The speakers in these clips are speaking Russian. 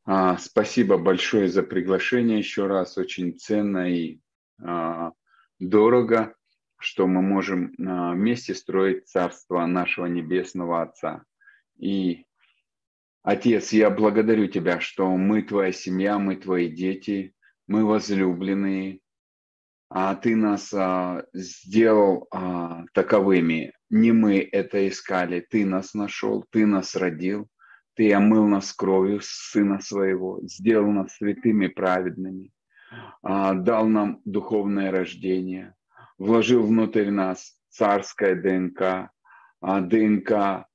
Спасибо большое за приглашение еще раз. Очень ценно и а, дорого, что мы можем вместе строить царство нашего Небесного Отца. И, Отец, я благодарю Тебя, что мы Твоя семья, мы Твои дети, мы возлюбленные, а Ты нас сделал таковыми. Не мы это искали, Ты нас нашел, Ты нас родил, Ты омыл нас кровью Сына Своего, сделал нас святыми, праведными, дал нам духовное рождение, вложил внутрь нас царское ДНК, ДНК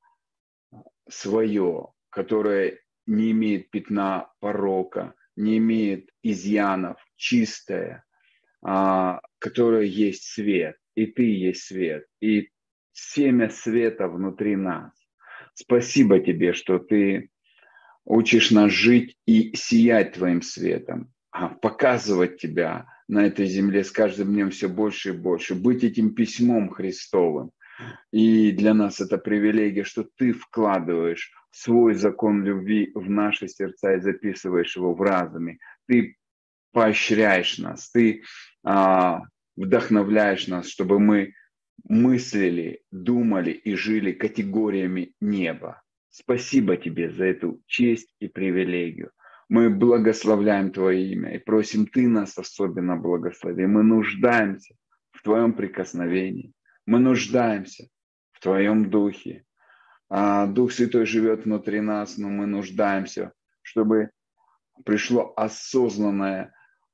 свое, которое не имеет пятна порока, не имеет изъянов, чистое, которое есть свет, и ты есть свет, и семя света внутри нас. Спасибо тебе, что ты учишь нас жить и сиять твоим светом, показывать тебя на этой земле с каждым днем все больше и больше, быть этим письмом Христовым. И для нас это привилегия, что ты вкладываешь свой закон любви в наши сердца и записываешь его в разуме. Ты поощряешь нас, ты вдохновляешь нас, чтобы мы мыслили, думали и жили категориями неба. Спасибо тебе за эту честь и привилегию. Мы благословляем Твое имя и просим Ты нас особенно благослови. Мы нуждаемся в Твоем прикосновении. Мы нуждаемся в Твоем Духе. Дух Святой живет внутри нас, но мы нуждаемся, чтобы пришло осознанное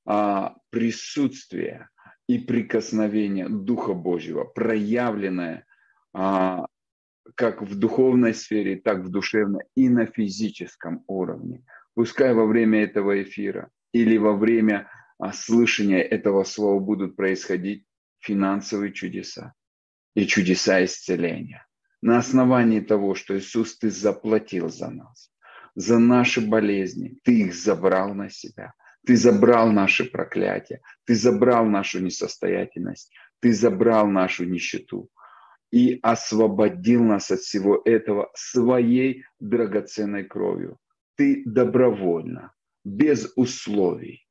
присутствие и прикосновение Духа Божьего, проявленное как в духовной сфере, так в душевной и на физическом уровне. Пускай во время этого эфира или во время слышания этого слова будут происходить финансовые чудеса и чудеса исцеления. На основании того, что Иисус, Ты заплатил за нас, за наши болезни, Ты их забрал на себя. Ты забрал наши проклятия, Ты забрал нашу несостоятельность, Ты забрал нашу нищету и освободил нас от всего этого своей драгоценной кровью. Ты добровольно, без условий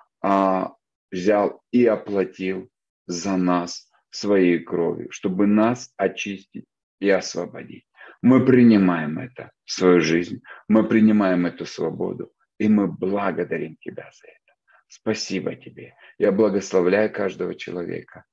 взял и оплатил за нас своей кровью, чтобы нас очистить и освободить. Мы принимаем это в свою жизнь, мы принимаем эту свободу, и мы благодарим Тебя за это. Спасибо Тебе. Я благословляю каждого человека,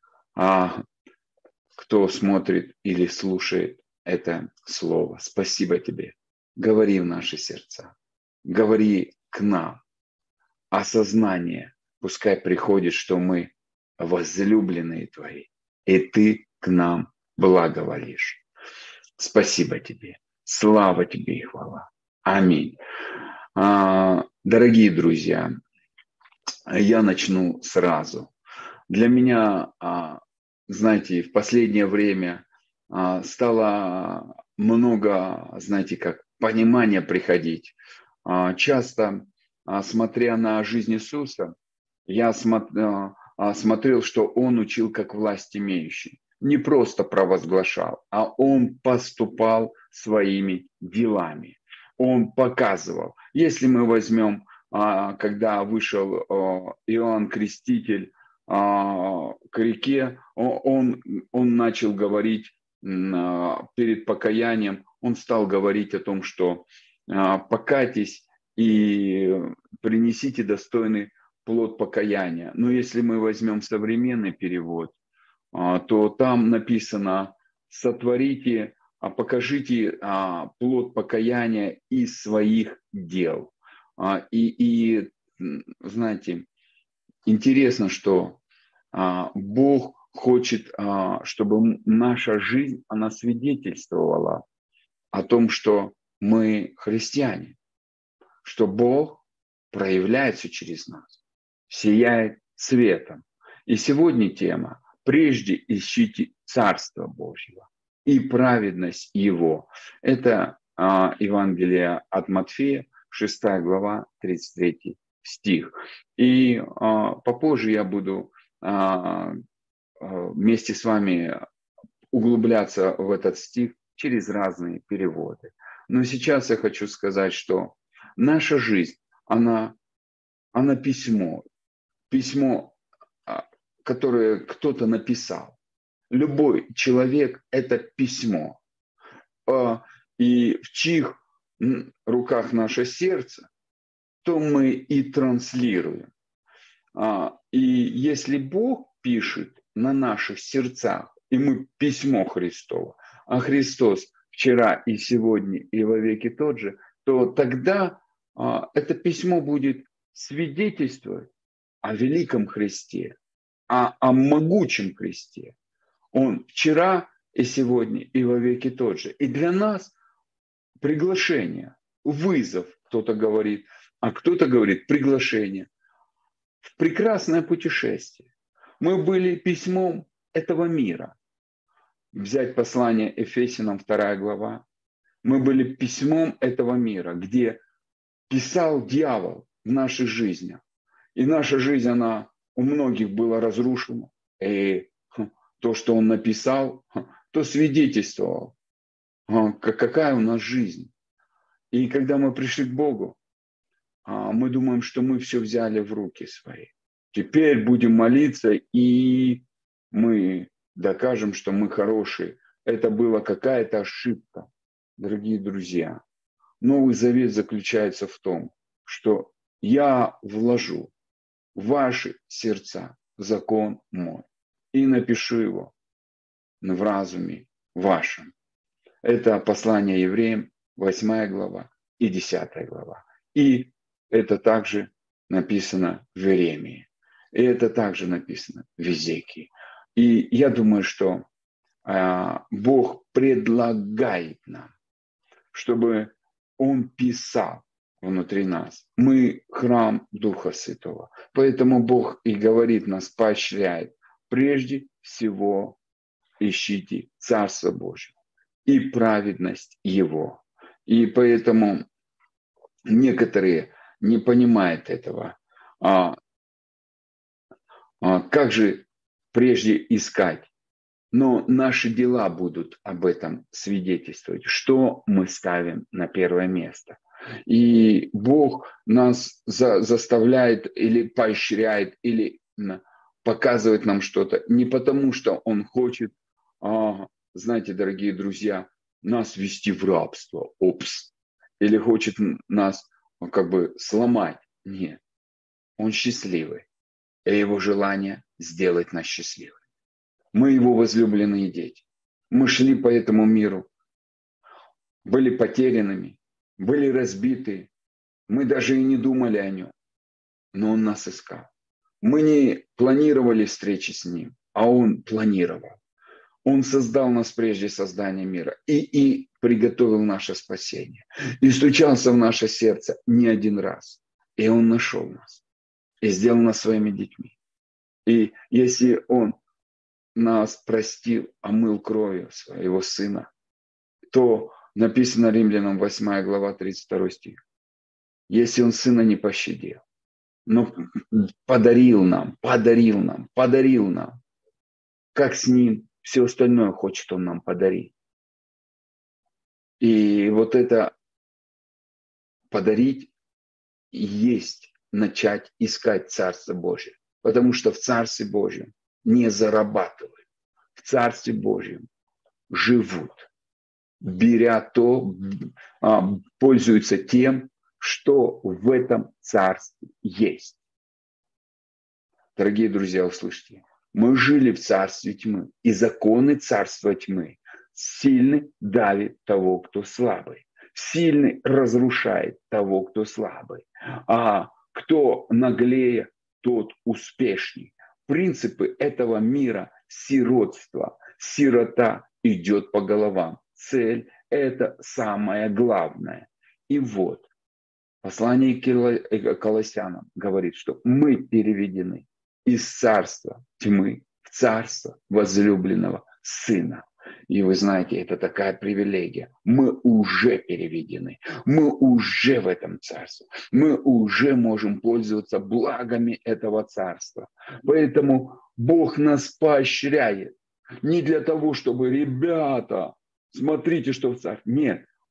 кто смотрит или слушает это слово. Спасибо Тебе. Говори в наши сердца, говори к нам. Осознание пускай приходит, что мы возлюбленные Твои, и Ты к нам благоволишь. Спасибо Тебе. Слава Тебе и хвала. Аминь. Дорогие друзья, я начну сразу. Для меня, знаете, в последнее время стало много, знаете, как понимания приходить. Часто, смотря на жизнь Иисуса, я смотрел, что Он учил как власть имеющий. Не просто провозглашал, а Он поступал своими делами. Он показывал. Если мы возьмем, когда вышел Иоанн Креститель к реке, он начал говорить перед покаянием, он стал говорить о том, что покайтесь и принесите достойный плод покаяния. Но если мы возьмем современный перевод, то там написано: сотворите, покажите плод покаяния из своих дел. Знаете, интересно, что Бог хочет, чтобы наша жизнь, она свидетельствовала о том, что мы христиане, что Бог проявляется через нас, сияет светом. И сегодня тема: прежде ищите Царство Божьего и праведность Его. Это Евангелие от Матфея, 6 глава, 33 стих. И попозже я буду вместе с вами углубляться в этот стих через разные переводы. Но сейчас я хочу сказать, что Наша жизнь, она письмо. Письмо, которое кто-то написал. Любой человек – это письмо. И в чьих руках наше сердце, то мы и транслируем. И если Бог пишет на наших сердцах, и мы письмо Христово, а Христос вчера и сегодня и во веки тот же, то тогда это письмо будет свидетельствовать о великом Христе, о могучем Христе. Он вчера и сегодня и во веки тот же. И для нас приглашение, вызов, кто-то говорит, а кто-то говорит приглашение в прекрасное путешествие. Мы были письмом этого мира. Взять послание Ефесянам 2 глава. Мы были письмом этого мира, где писал дьявол в наших жизнях. И наша жизнь, она у многих была разрушена. И то, что он написал, то свидетельствовал, какая у нас жизнь. И когда мы пришли к Богу, мы думаем, что мы все взяли в руки свои. Теперь будем молиться, и мы докажем, что мы хорошие. Это была какая-то ошибка, дорогие друзья. Новый Завет заключается в том, что я вложу в ваши сердца закон мой и напишу его в разуме вашем. Это послание евреям, 8 глава и 10 глава. И это также написано в Иеремии. И это также написано в Иезекии. И я думаю, что Бог предлагает нам, чтобы Он писал внутри нас. Мы храм Духа Святого. Поэтому Бог и говорит нас, поощряет. Прежде всего ищите Царство Божие и праведность Его. И поэтому некоторые не понимают этого. Как же прежде искать? Но наши дела будут об этом свидетельствовать, что мы ставим на первое место. И Бог нас заставляет или поощряет, или показывает нам что-то не потому, что Он хочет, знаете, дорогие друзья, нас ввести в рабство, или хочет нас как бы сломать. Нет, Он счастливый, и Его желание сделать нас счастливыми. Мы Его возлюбленные дети. Мы шли по этому миру, были потерянными, были разбиты. Мы даже и не думали о Нем, но Он нас искал. Мы не планировали встречи с Ним, а Он планировал. Он создал нас прежде создания мира и приготовил наше спасение. И стучался в наше сердце не один раз. И Он нашел нас. И сделал нас своими детьми. И если Он нас простил, омыл кровью своего Сына, то написано Римлянам 8 глава 32 стих. Если Он Сына не пощадил, но подарил нам, как с Ним все остальное хочет Он нам подарить. И вот это подарить есть начать искать Царство Божие. Потому что в Царстве Божьем не зарабатывают. В Царстве Божьем живут. Беря то, пользуются тем, что в этом Царстве есть. Дорогие друзья, услышьте. Мы жили в царстве тьмы, и законы царства тьмы сильный давит того, кто слабый. Сильный разрушает того, кто слабый. А кто наглее, тот успешней. Принципы этого мира – сиротство. Сирота идет по головам. Цель – это самое главное. И вот, послание к Колоссянам говорит, что мы переведены из царства тьмы в царство возлюбленного Сына. И вы знаете, это такая привилегия. Мы уже переведены. Мы уже в этом царстве. Мы уже можем пользоваться благами этого царства. Поэтому Бог нас поощряет. Не для того, чтобы, ребята, смотрите, что в царстве. Нет.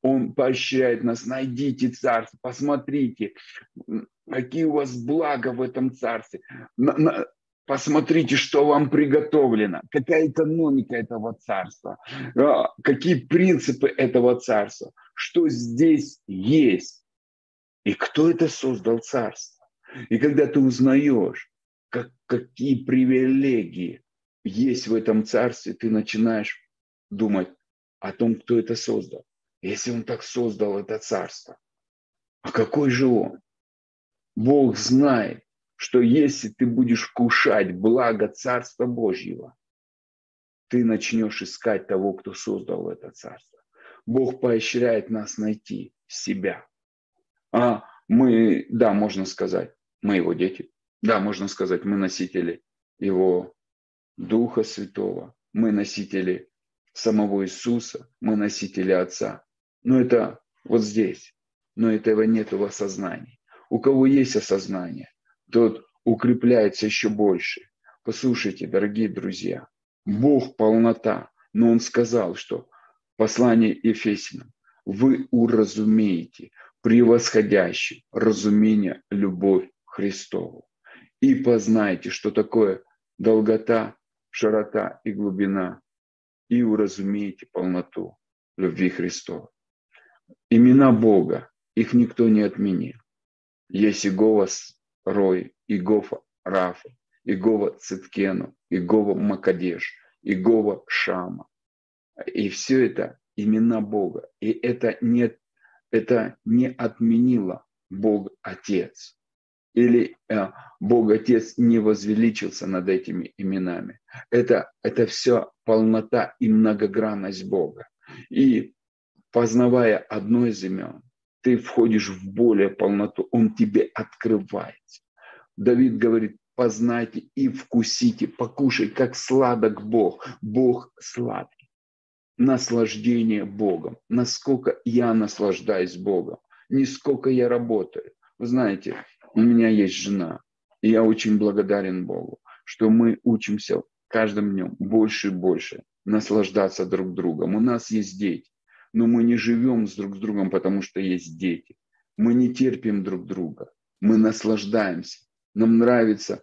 Он поощряет нас, найдите царство, посмотрите, какие у вас блага в этом царстве. Посмотрите, что вам приготовлено, какая экономика этого царства, какие принципы этого царства, что здесь есть. И кто это создал царство? И когда ты узнаешь, какие привилегии есть в этом царстве, ты начинаешь думать о том, кто это создал. Если он так создал это царство, а какой же он? Бог знает, что если ты будешь вкушать благо Царства Божьего, ты начнешь искать того, кто создал это царство. Бог поощряет нас найти себя. А мы, да, можно сказать, мы его дети. Да, можно сказать, мы носители его Духа Святого. Мы носители самого Иисуса. Мы носители Отца. Но это вот здесь. Но этого нет в осознании. У кого есть осознание, тот укрепляется еще больше. Послушайте, дорогие друзья, Бог полнота. Но Он сказал, что послание Ефесянам: вы уразумеете превосходящую разумение любовь Христову. И познайте, что такое долгота, широта и глубина, и уразумеете полноту любви Христовой. Имена Бога, их никто не отменил. Есть Иегова Рой, Иегова Рафа, Иегова Циткену, Иегова Макадеш, Иегова Шама. И все это имена Бога. И это не отменило Бог Отец. Или Бог Отец не возвеличился над этими именами. Это все полнота и многогранность Бога. И познавая одно из имен, ты входишь в более полноту, Он тебе открывается. Давид говорит: познайте и вкусите, покушай, как сладок Бог. Бог сладкий. Наслаждение Богом. Насколько я наслаждаюсь Богом. Не сколько я работаю. Вы знаете, у меня есть жена, и я очень благодарен Богу, что мы учимся каждым днем больше и больше наслаждаться друг другом. У нас есть дети, но мы не живем друг с другом, потому что есть дети. Мы не терпим друг друга, мы наслаждаемся. Нам нравится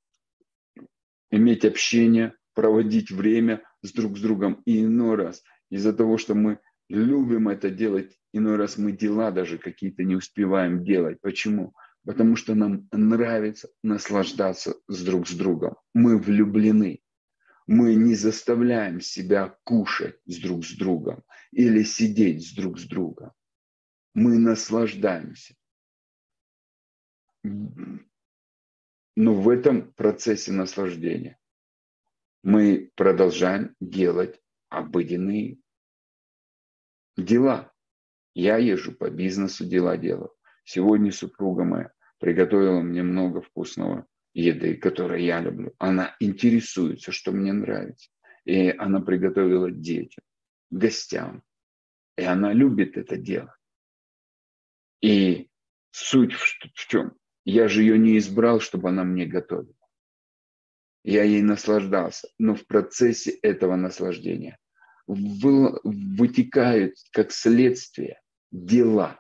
иметь общение, проводить время друг с другом. И иной раз из-за того, что мы любим это делать, иной раз мы дела даже какие-то не успеваем делать. Почему? Потому что нам нравится наслаждаться друг с другом. Мы влюблены. Мы не заставляем себя кушать друг с другом или сидеть друг с другом. Мы наслаждаемся. Но в этом процессе наслаждения мы продолжаем делать обыденные дела. Я езжу по бизнесу, дела делаю. Сегодня супруга моя приготовила мне много вкусного еды, которую я люблю. Она интересуется, что мне нравится. И она приготовила детям, гостям. И она любит это дело. И суть в чем? Я же ее не избрал, чтобы она мне готовила. Я ей наслаждался. Но в процессе этого наслаждения вытекают как следствие дела.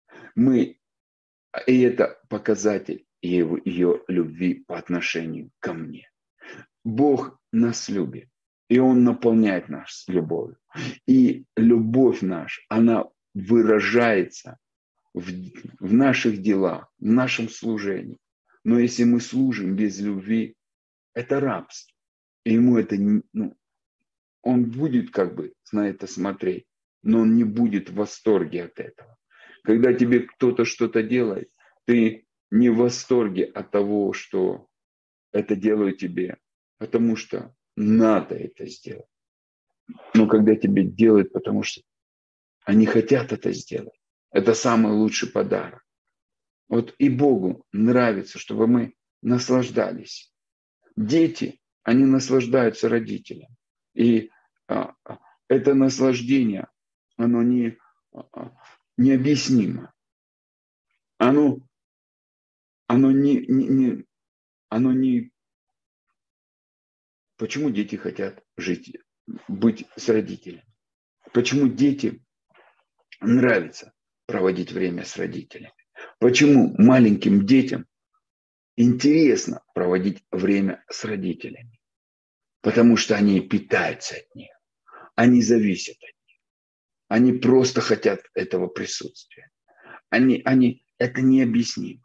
И это показатель ее любви по отношению ко мне. Бог нас любит, и Он наполняет нас любовью. И любовь наша, она выражается в наших делах, в нашем служении. Но если мы служим без любви, это рабство. И ему это, он будет как бы на это смотреть, но он не будет в восторге от этого. Когда тебе кто-то что-то делает, ты не в восторге от того, что это делают тебе, потому что надо это сделать. Но когда тебе делают, потому что они хотят это сделать, это самый лучший подарок. Вот и Богу нравится, чтобы мы наслаждались. Дети, они наслаждаются родителям. И это наслаждение, оно необъяснимо. Оно не... Почему дети хотят быть с родителями? Почему дети нравится проводить время с родителями? Почему маленьким детям интересно проводить время с родителями? Потому что они питаются от них, они зависят от них, они просто хотят этого присутствия. Это необъяснимо.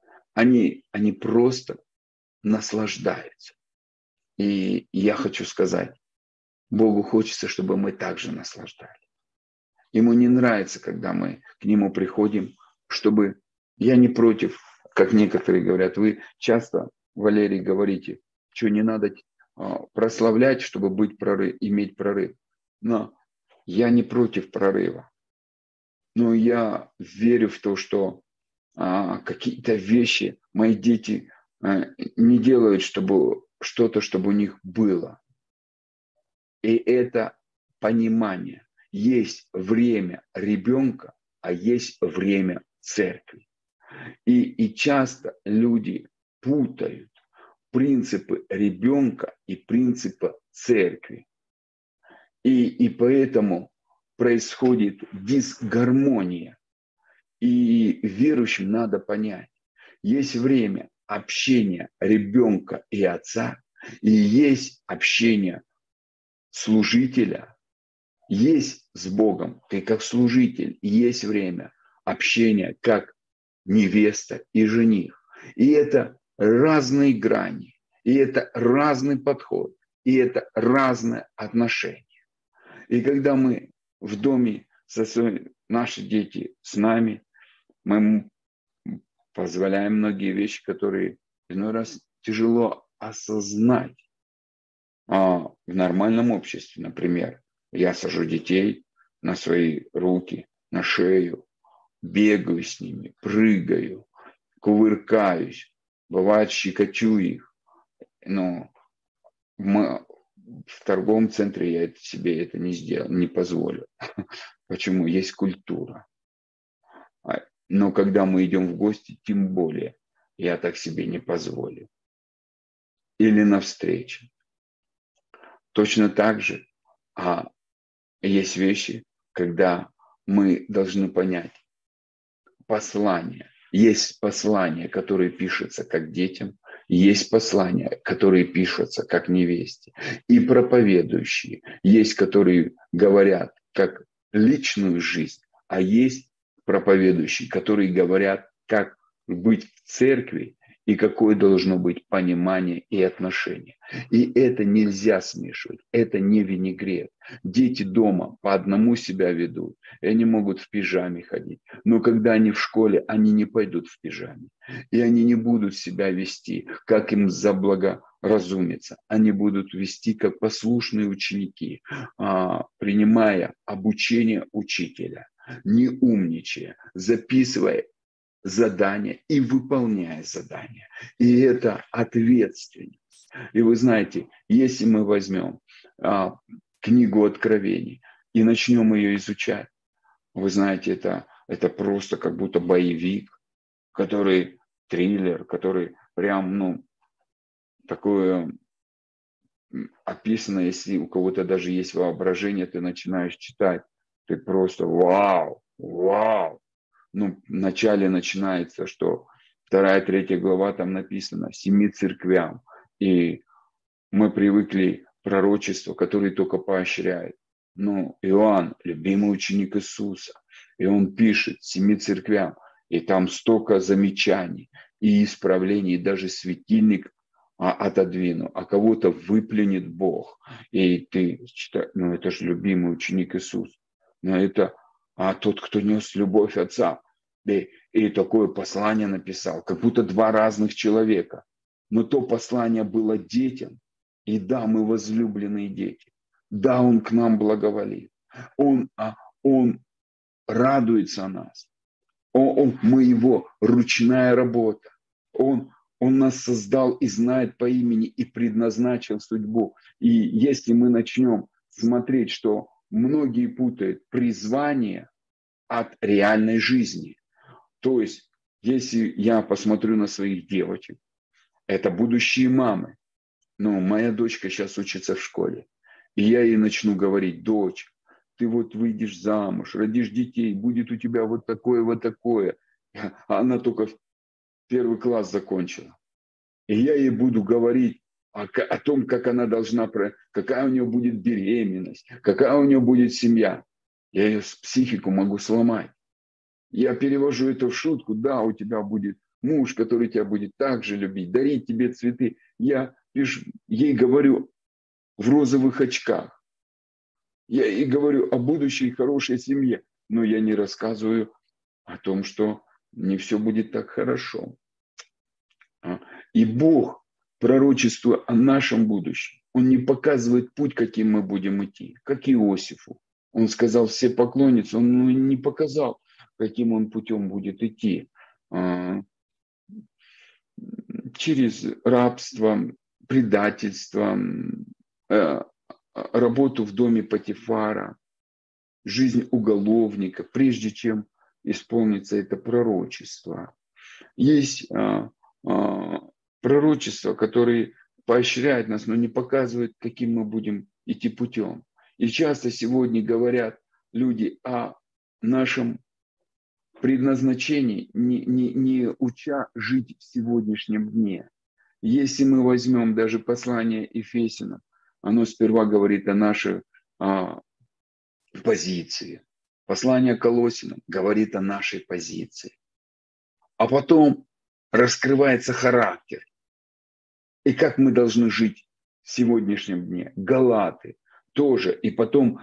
Они просто наслаждаются. И я хочу сказать, Богу хочется, чтобы мы также наслаждались. Ему не нравится, когда мы к Нему приходим, чтобы... Я не против, как некоторые говорят, вы часто, Валерий, говорите, что не надо прославлять, чтобы быть иметь прорыв. Но я не против прорыва. Но я верю в то, что какие-то вещи мои дети не делают, чтобы что-то, чтобы у них было. И это понимание. Есть время ребенка, а есть время церкви. И часто люди путают принципы ребенка и принципы церкви. И поэтому происходит дисгармония. И верующим надо понять, есть время общения ребенка и отца, и есть общение служителя, есть с Богом, ты как служитель, и есть время общения как невеста и жених. И это разные грани, и это разный подход, и это разное отношение. И когда мы в доме, наши дети с нами, мы позволяем многие вещи, которые иной раз тяжело осознать. В нормальном обществе, например, я сажу детей на свои руки, на шею, бегаю с ними, прыгаю, кувыркаюсь, бывает щекочу их. Но в торговом центре я себе это не сделал, не позволю. Почему? Есть культура. Но когда мы идем в гости, тем более я так себе не позволю. Или на встрече. Точно так же есть вещи, когда мы должны понять послание. Есть послания, которые пишутся как детям, есть послания, которые пишутся как невесте. И проповедующие. Есть, которые говорят как личную жизнь, а есть проповедующие, которые говорят, как быть в церкви и какое должно быть понимание и отношение. И это нельзя смешивать, это не винегрет. Дети дома по одному себя ведут, и они могут в пижаме ходить. Но когда они в школе, они не пойдут в пижаме. И они не будут себя вести, как им заблагоразумится. Они будут вести как послушные ученики, принимая обучение учителя, не умничая, записывая задание и выполняя задание. И это ответственность. И вы знаете, если мы возьмем книгу Откровений и начнем ее изучать, вы знаете, это просто как будто боевик, который триллер, который прям, такое описано, если у кого-то даже есть воображение, ты начинаешь читать, ты просто вау. Вначале начинается, что 2-3 глава там написано 7 церквям. И мы привыкли к пророчеству, которые только поощряют. Иоанн, любимый ученик Иисуса, и он пишет 7 церквям, и там столько замечаний и исправлений, и даже светильник отодвину, а кого-то выплюнет Бог. И ты читаешь, это же любимый ученик Иисус. Но это тот, кто нес любовь Отца. И такое послание написал, как будто 2 разных человека. Но то послание было детям. И да, мы возлюбленные дети. Да, Он к нам благоволит. Он радуется о нас. Мы Его ручная работа. Он нас создал и знает по имени и предназначил судьбу. И если мы начнем смотреть, что многие путают призвание от реальной жизни. То есть, если я посмотрю на своих девочек, это будущие мамы. Но моя дочка сейчас учится в школе. И я ей начну говорить: дочь, ты вот выйдешь замуж, родишь детей, будет у тебя вот такое, вот такое. А она только первый класс закончила. И я ей буду говорить о том, как она должна, какая у нее будет беременность, какая у нее будет семья. Я ее психику могу сломать. Я перевожу это в шутку. Да, у тебя будет муж, который тебя будет так же любить, дарить тебе цветы. Я ей говорю в розовых очках. Я ей говорю о будущей хорошей семье. Но я не рассказываю о том, что не все будет так хорошо. И Бог, пророчествуя о нашем будущем, Он не показывает путь, каким мы будем идти, как Иосифу. Он сказал, все поклонятся, он не показал, каким он путем будет идти. Через рабство, предательство, работу в доме Потифара, жизнь уголовника, прежде чем исполнится это пророчество. Есть пророчества, которые поощряют нас, но не показывают, каким мы будем идти путем. И часто сегодня говорят люди о нашем предназначении, не уча жить в сегодняшнем дне. Если мы возьмем даже послание Ефесянам, оно сперва говорит о нашей позиции. Послание Колоссянам говорит о нашей позиции. А потом раскрывается характер. И как мы должны жить в сегодняшнем дне. Галаты тоже. И потом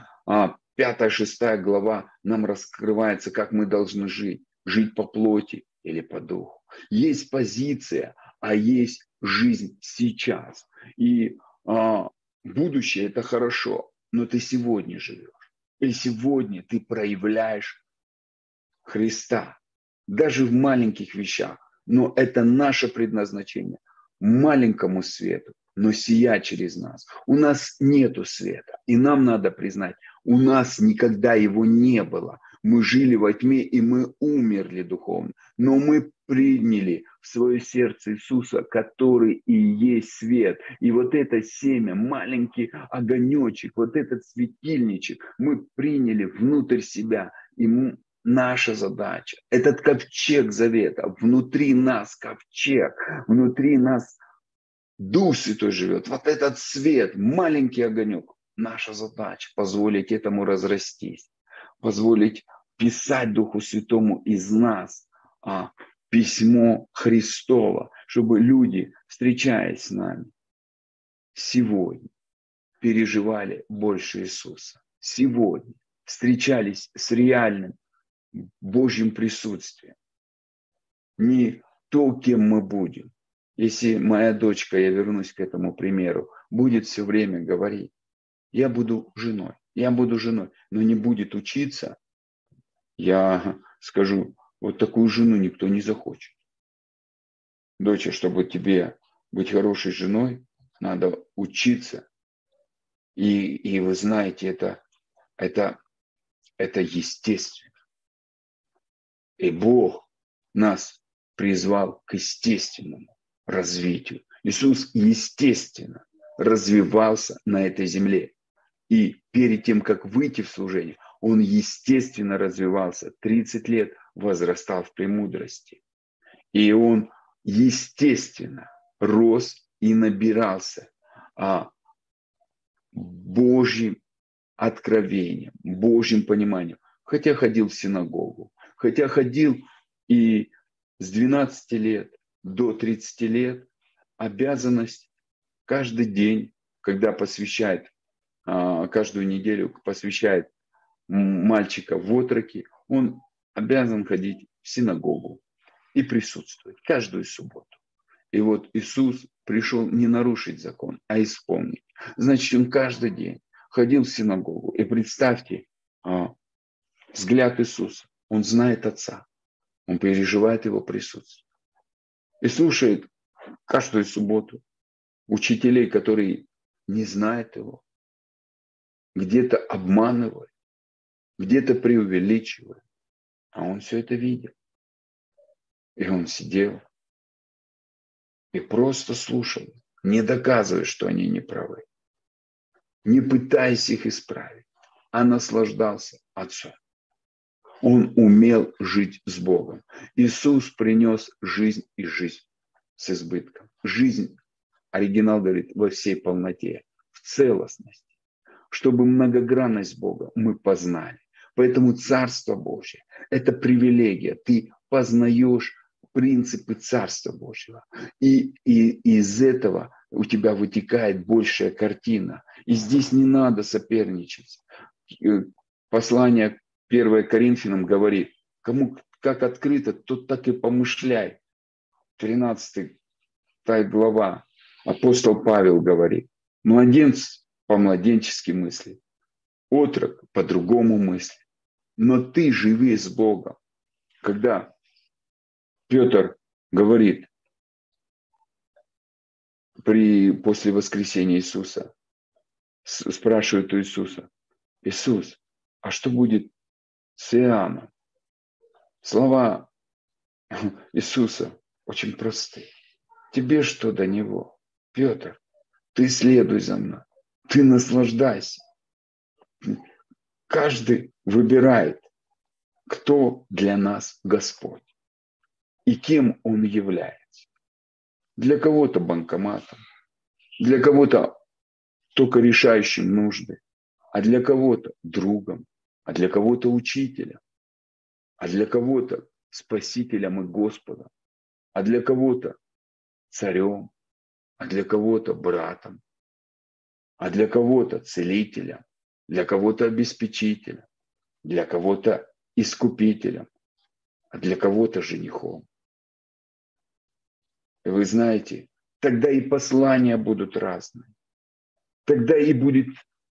5-6 глава нам раскрывается, как мы должны жить. Жить по плоти или по духу. Есть позиция, а есть жизнь сейчас. И будущее – это хорошо, но ты сегодня живешь. И сегодня ты проявляешь Христа. Даже в маленьких вещах. Но это наше предназначение. Маленькому свету, но сиять через нас. У нас нету света. И нам надо признать, у нас никогда его не было. Мы жили во тьме, и мы умерли духовно. Но мы приняли в свое сердце Иисуса, который и есть свет. И вот это семя, маленький огонечек, вот этот светильничек мы приняли внутрь себя. И наша задача, этот ковчег завета, внутри нас ковчег, внутри нас Дух Святой живет. Вот этот свет, маленький огонек. Наша задача позволить этому разрастись, позволить писать Духу Святому из нас письмо Христово, чтобы люди, встречаясь с нами, сегодня переживали больше Иисуса. Сегодня встречались с реальным Божьим присутствием. Не то, кем мы будем. Если моя дочка, я вернусь к этому примеру, будет все время говорить, я буду женой, но не будет учиться, я скажу, вот такую жену никто не захочет. Доча, чтобы тебе быть хорошей женой, надо учиться. И вы знаете, это естественно. И Бог нас призвал к естественному развитию. Иисус естественно развивался на этой земле. И перед тем, как выйти в служение, Он естественно развивался. 30 лет возрастал в премудрости. И Он естественно рос и набирался Божьим откровением, Божьим пониманием. Хотя ходил в синагогу, хотя ходил и с 12 лет до 30 лет обязанность каждый день, когда посвящает, каждую неделю посвящает мальчика в отроки, он обязан ходить в синагогу и присутствовать каждую субботу. И вот Иисус пришел не нарушить закон, а исполнить. Значит, Он каждый день ходил в синагогу. И представьте, взгляд Иисуса. Он знает Отца. Он переживает Его присутствие. И слушает каждую субботу учителей, которые не знают Его, где-то обманывают, где-то преувеличивают. А Он все это видел. И Он сидел и просто слушал, не доказывая, что они не правы, не пытаясь их исправить, а наслаждался Отцом. Он умел жить с Богом. Иисус принес жизнь и жизнь с избытком. Жизнь, оригинал говорит, во всей полноте, в целостности, чтобы многогранность Бога мы познали. Поэтому Царство Божье – это привилегия. Ты познаешь принципы Царства Божьего. И из этого у тебя вытекает большая картина. И здесь не надо соперничать. Послание 1 Коринфянам говорит, кому как открыто, тот так и помышляй. 13 глава. Апостол Павел говорит, младенец по-младенчески мыслит, отрок по-другому мыслит. Но ты живи с Богом. Когда Петр говорит после воскресения Иисуса, спрашивает у Иисуса, Иисус, а что будет с Иоанном? Слова Иисуса очень простые. Тебе что до него? Петр, ты следуй за мной, ты наслаждайся. Каждый выбирает, кто для нас Господь и кем Он является. Для кого-то банкоматом, для кого-то только решающим нужды, а для кого-то другом, а для кого-то учителем, а для кого-то спасителем и Господом, а для кого-то царем, а для кого-то братом, а для кого-то целителем, для кого-то обеспечителем, для кого-то искупителем, а для кого-то женихом. И вы знаете, тогда и послания будут разные. Тогда и будет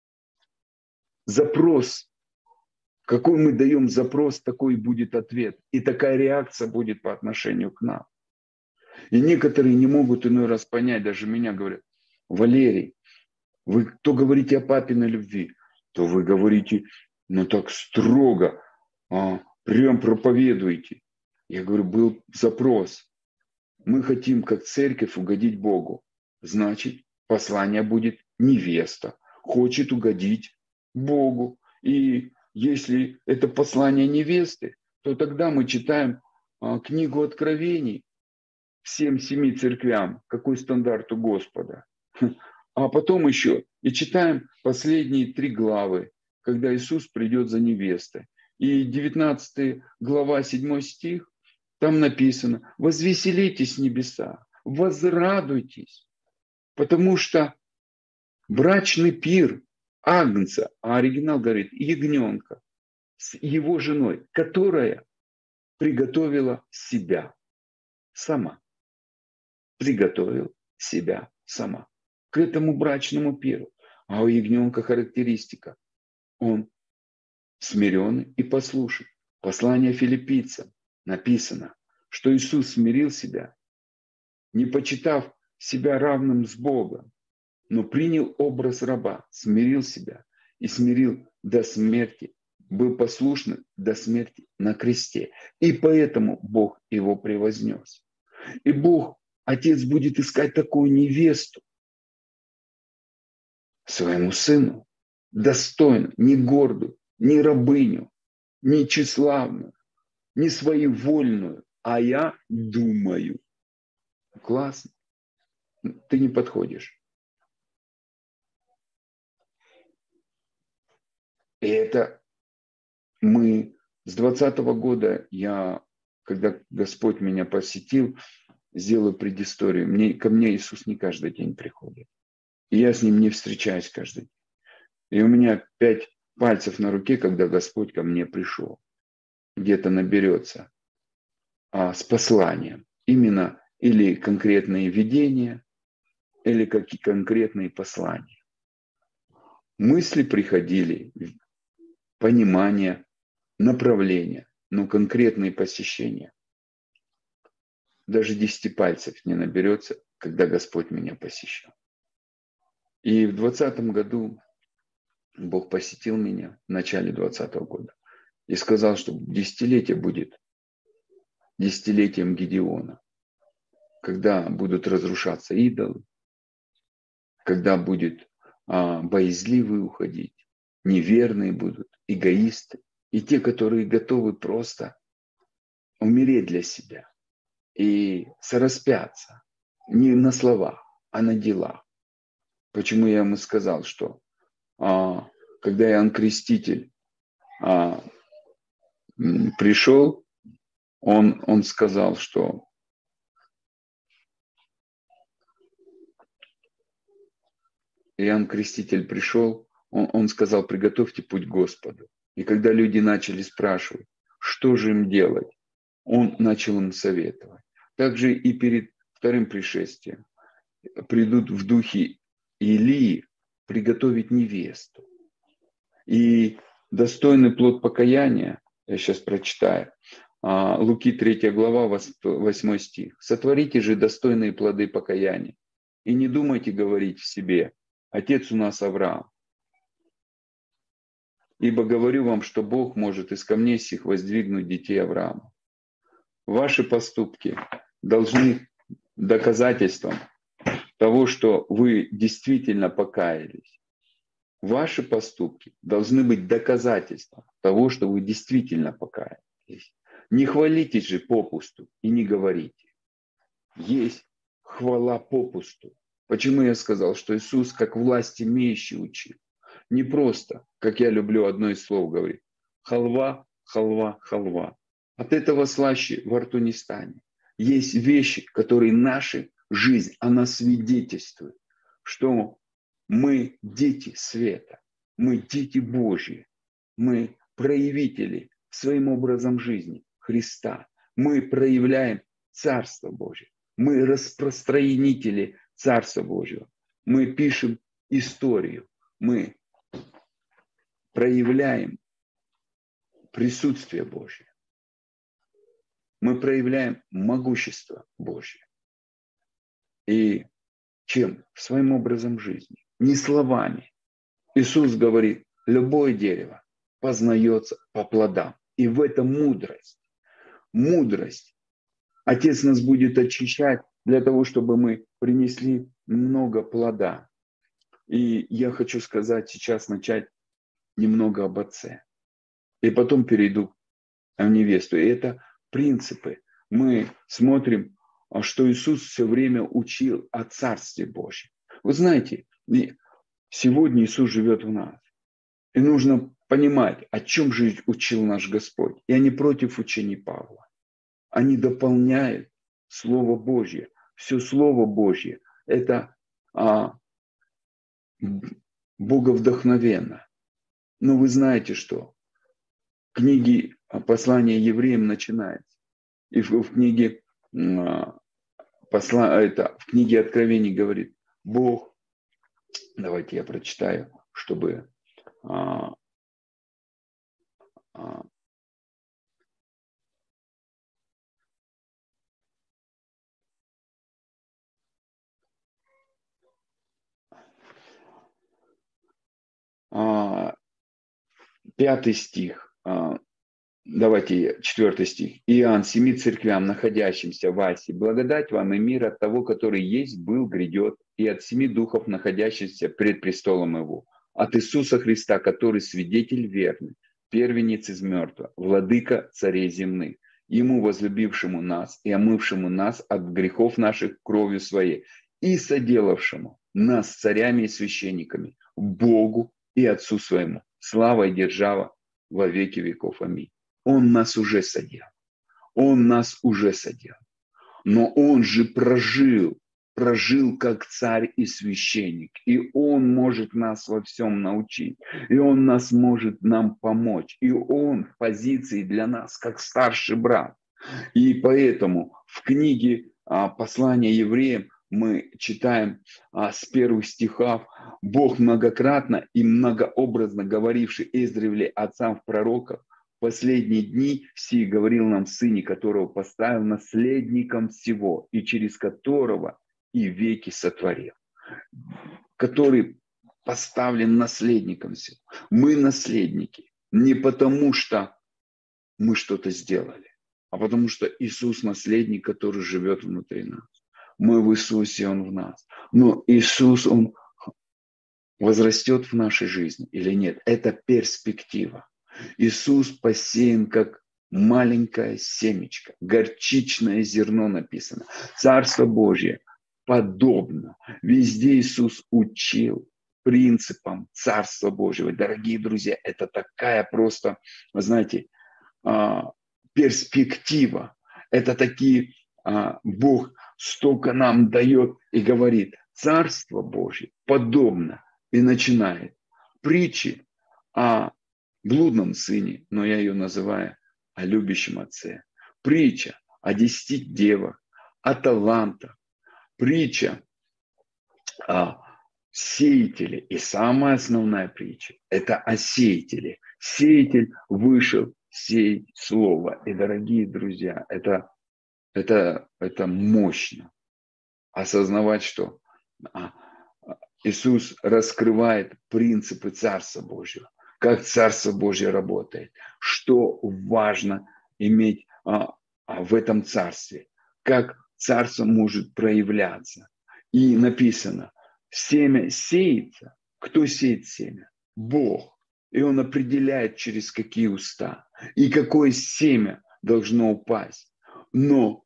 запрос. Какой мы даем запрос, такой и будет ответ. И такая реакция будет по отношению к нам. И некоторые не могут иной раз понять, даже меня говорят, Валерий, вы то говорите о папиной любви, то вы говорите, ну так строго, прям проповедуете. Я говорю, был запрос. Мы хотим, как церковь, угодить Богу. Значит, послание будет невеста. Хочет угодить Богу. И если это послание невесты, то тогда мы читаем книгу Откровений всем 7 церквям, какой стандарт у Господа. А потом еще и читаем последние 3 главы, когда Иисус придет за невестой. И 19 глава, 7 стих, там написано, возвеселитесь небеса, возрадуйтесь, потому что брачный пир агнца, а оригинал говорит ягненка, с его женой, которая приготовила себя сама. Приготовила себя сама к этому брачному пиру. А у ягненка характеристика. Он смиренный и послушен. Послание филиппийцам написано, что Иисус смирил себя, не почитав себя равным с Богом, но принял образ раба, смирил себя и смирил до смерти, был послушным до смерти на кресте. И поэтому Бог его превознес. И Бог, Отец, будет искать такую невесту своему сыну, достойную, не гордую, не рабыню, не тщеславную, не своевольную, а я думаю. Классно. Ты не подходишь. И это мы с 2020 года, когда Господь меня посетил, сделаю предысторию. Ко мне Иисус не каждый день приходит. И я с Ним не встречаюсь каждый день. И у меня 5 пальцев на руке, когда Господь ко мне пришел. Где-то наберется с посланием. Именно или конкретные видения, или какие конкретные послания. Мысли приходили, понимание, направление, но конкретные посещения. Даже 10 пальцев не наберется, когда Господь меня посещал. И в 2020 году Бог посетил меня в начале 2020 года и сказал, что десятилетие будет десятилетием Гедеона, когда будут разрушаться идолы, когда будет боязливый уходить, неверные будут, эгоисты, и те, которые готовы просто умереть для себя и сораспяться не на словах, а на делах. Почему я ему сказал, что когда Иоанн Креститель пришел, он сказал, что Иоанн Креститель пришел, он сказал: приготовьте путь Господу. И когда люди начали спрашивать, что же им делать, он начал им советовать. Также и перед вторым пришествием придут в духе Илии приготовить невесту. И достойный плод покаяния, я сейчас прочитаю, Луки 3 глава, 8 стих. «Сотворите же достойные плоды покаяния, и не думайте говорить в себе: отец у нас Авраам. Ибо говорю вам, что Бог может из камней сих воздвигнуть детей Авраама». Ваши поступки должны доказательством того, что вы действительно покаялись. Ваши поступки должны быть доказательством того, что вы действительно покаялись. Не хвалитесь же попусту и не говорите. Есть хвала попусту. Почему я сказал, что Иисус как власть имеющий учил? Не просто, как я люблю одно из слов говорить: халва, халва, халва. От этого слаще во рту не станет. Есть вещи, которые наша жизнь, она свидетельствует, что мы дети света, мы дети Божьи, мы проявители своим образом жизни Христа, мы проявляем Царство Божие, мы распространители Царства Божьего, мы пишем историю, мы проявляем присутствие Божье, мы проявляем могущество Божье. И чем? Своим образом жизни, не словами. Иисус говорит: любое дерево познается по плодам. И в этом мудрость. Мудрость. Отец нас будет очищать для того, чтобы мы принесли много плода. И я хочу сказать сейчас, начать немного об Отце. И потом перейду в невесту. И это принципы. Мы смотрим, что Иисус все время учил о Царстве Божьем. Вы знаете, сегодня Иисус живет в нас. И нужно понимать, о чем же учил наш Господь. И они против учений Павла. Они дополняют Слово Божье. Все Слово Божье – это боговдохновенно. Но вы знаете, что книги послания евреям начинается. И в книге, в книге Откровений говорит: Бог, давайте я прочитаю, чтобы пятый стих, давайте 4 стих. Иоанн, 7 церквям, находящимся в Асии, благодать вам и мир от того, который есть, был, грядет, и от 7 духов, находящихся пред престолом Его, от Иисуса Христа, который свидетель верный, первенец из мертвых, владыка царей земных, Ему, возлюбившему нас и омывшему нас от грехов наших кровью Своей, и соделавшему нас царями и священниками, Богу и Отцу Своему, слава и держава во веки веков. Аминь. Он нас уже соделал. Он нас уже соделал. Но Он же прожил как царь и священник. И Он может нас во всем научить. И Он нас может нам помочь. И Он в позиции для нас, как старший брат. И поэтому в книге послания евреям мы читаем с первых стихов: Бог многократно и многообразно говоривший издревле отцам в пророках, в последние дни сии говорил нам в Сыне, которого поставил наследником всего, и через которого и веки сотворил. Который поставлен наследником всего. Мы наследники не потому, что мы что-то сделали, а потому что Иисус наследник, который живет внутри нас. Мы в Иисусе, Он в нас. Но Иисус, Он возрастет в нашей жизни или нет. Это перспектива. Иисус посеян как маленькое семечко, горчичное зерно написано. Царство Божье подобно. Везде Иисус учил принципам Царства Божьего. Дорогие друзья, это такая просто, вы знаете, перспектива. Это такие, Бог столько нам дает и говорит, Царство Божье подобно. И начинает притчи о блудном сыне, но я ее называю о любящем отце. Притча о 10 девах, о талантах. Притча о сеятеле. И самая основная притча – это о сеятеле. Сеятель вышел сеять слово. И, дорогие друзья, это мощно. Осознавать, что Иисус раскрывает принципы Царства Божьего, как Царство Божье работает, что важно иметь в этом Царстве, как Царство может проявляться. И написано, семя сеется. Кто сеет семя? Бог. И Он определяет, через какие уста и какое семя должно упасть. Но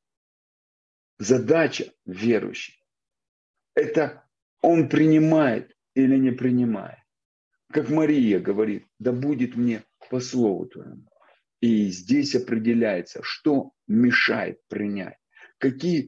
задача верующих – это он принимает или не принимает. Как Мария говорит, да будет мне по слову твоему. И здесь определяется, что мешает принять. Какие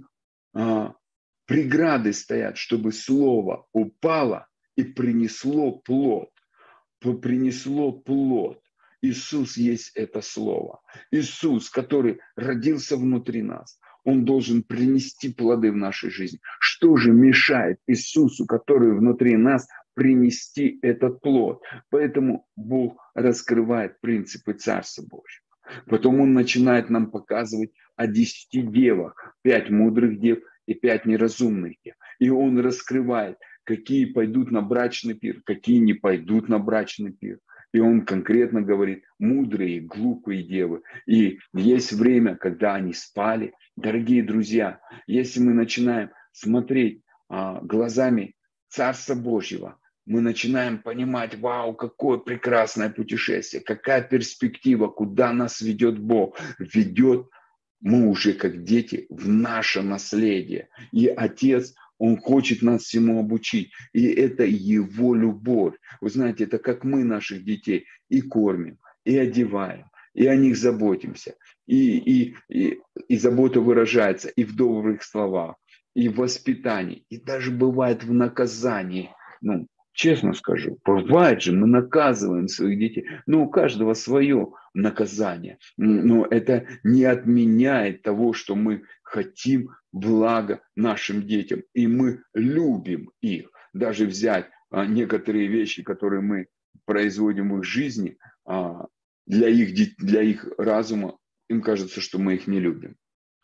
преграды стоят, чтобы слово упало и принесло плод. Принесло плод. Иисус есть это слово. Иисус, который родился внутри нас, Он должен принести плоды в нашу жизнь. Что же мешает Иисусу, который внутри нас, принести этот плод? Поэтому Бог раскрывает принципы Царства Божьего. Потом Он начинает нам показывать о 10 девах. 5 мудрых дев и 5 неразумных дев. И Он раскрывает, какие пойдут на брачный пир, какие не пойдут на брачный пир. И Он конкретно говорит, мудрые, глупые девы. И есть время, когда они спали. Дорогие друзья, если мы начинаем смотреть глазами Царства Божьего, мы начинаем понимать, вау, какое прекрасное путешествие, какая перспектива, куда нас ведет Бог. Ведет мы уже как дети в наше наследие. И Отец, Он хочет нас всему обучить. И это Его любовь. Вы знаете, это как мы наших детей и кормим, и одеваем, и о них заботимся. И забота выражается и в добрых словах, и в воспитании, и даже бывает в наказании. Ну, честно скажу, бывает же, мы наказываем своих детей, но у каждого свое наказание. Но это не отменяет того, что мы хотим блага нашим детям, и мы любим их. Даже взять некоторые вещи, которые мы производим в их жизни, для их разума, им кажется, что мы их не любим.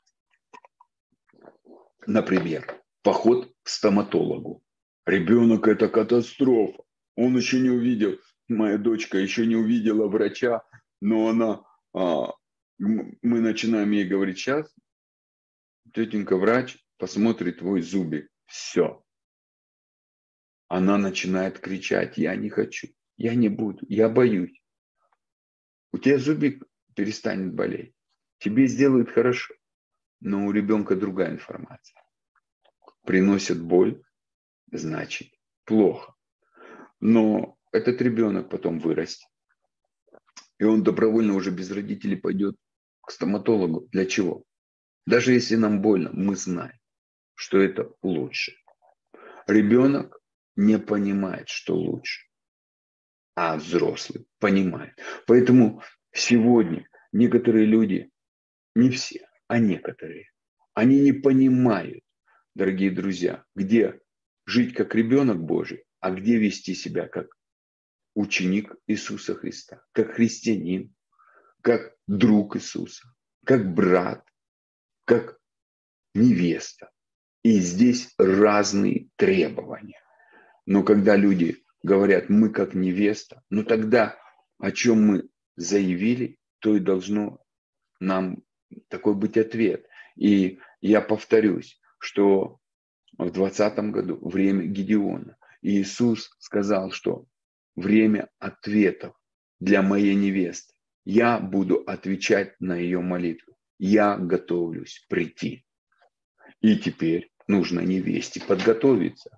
Например, поход к стоматологу. Ребенок – это катастрофа. Он еще не увидел, моя дочка еще не увидела врача, но она, мы начинаем ей говорить, сейчас, тетенька врач посмотрит твой зубик. Все. Она начинает кричать, я не хочу, я не буду, я боюсь. У тебя зубик перестанет болеть. Тебе сделают хорошо, но у ребенка другая информация. Приносит боль, значит плохо. Но этот ребенок потом вырастет. И он добровольно уже без родителей пойдет к стоматологу. Для чего? Даже если нам больно, мы знаем, что это лучше. Ребенок не понимает, что лучше, а взрослый понимает. Поэтому сегодня некоторые люди, не все, а некоторые, они не понимают, дорогие друзья, где жить как ребенок Божий, а где вести себя как ученик Иисуса Христа, как христианин, как друг Иисуса, как брат, как невеста. И здесь разные требования. Но когда люди говорят, мы как невеста, ну тогда о чем мы заявили, то и должно нам такой быть ответ. И я повторюсь, что в 2020 году время Гедеона. И Иисус сказал, что время ответов для моей невесты. Я буду отвечать на ее молитву. Я готовлюсь прийти. И теперь нужно невесте подготовиться.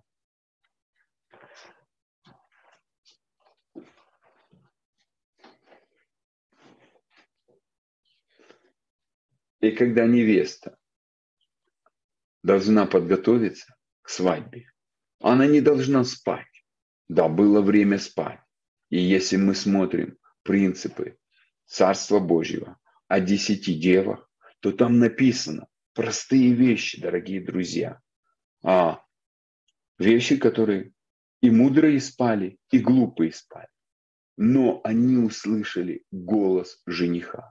И когда невеста должна подготовиться к свадьбе, она не должна спать. Да, было время спать. И если мы смотрим принципы Царства Божьего о 10 девах, то там написано простые вещи, дорогие друзья. Вещи, которые и мудрые спали, и глупые спали. Но они услышали голос жениха.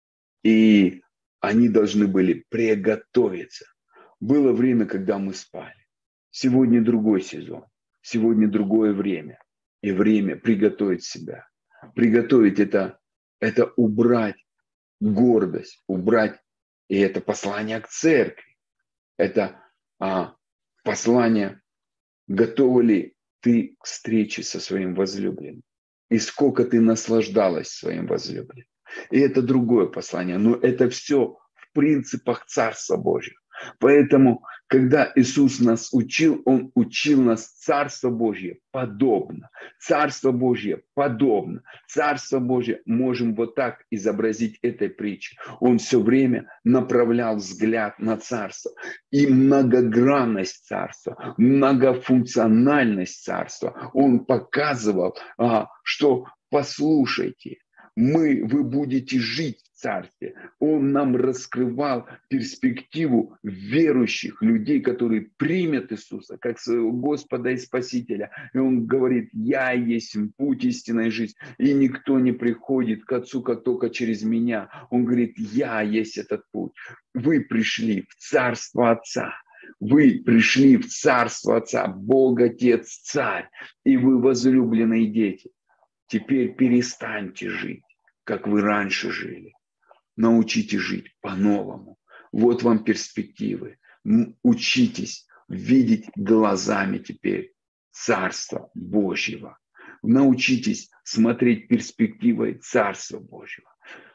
И они должны были приготовиться. Было время, когда мы спали. Сегодня другой сезон. Сегодня другое время. И время приготовить себя. Приготовить это убрать гордость, убрать. И это послание к церкви. Это послание, готова ли ты к встрече со своим возлюбленным. И сколько ты наслаждалась своим возлюбленным. И это другое послание. Но это все в принципах Царства Божьего. Поэтому, когда Иисус нас учил, Он учил нас Царство Божье подобно. Царство Божье подобно. Царство Божье можем вот так изобразить этой притчей. Он все время направлял взгляд на Царство. И многогранность Царства, многофункциональность Царства. Он показывал, что послушайте, вы будете жить в Царстве. Он нам раскрывал перспективу верующих людей, которые примут Иисуса как своего Господа и Спасителя. И Он говорит: я есть путь истинной жизни, и никто не приходит к Отцу, как только через меня. Он говорит: я есть этот путь. Вы пришли в Царство Отца. Вы пришли в Царство Отца, Бог Отец Царь, и вы возлюбленные дети. Теперь перестаньте жить, как вы раньше жили. Научитесь жить по-новому. Вот вам перспективы. Учитесь видеть глазами теперь Царства Божьего. Научитесь смотреть перспективой Царства Божьего.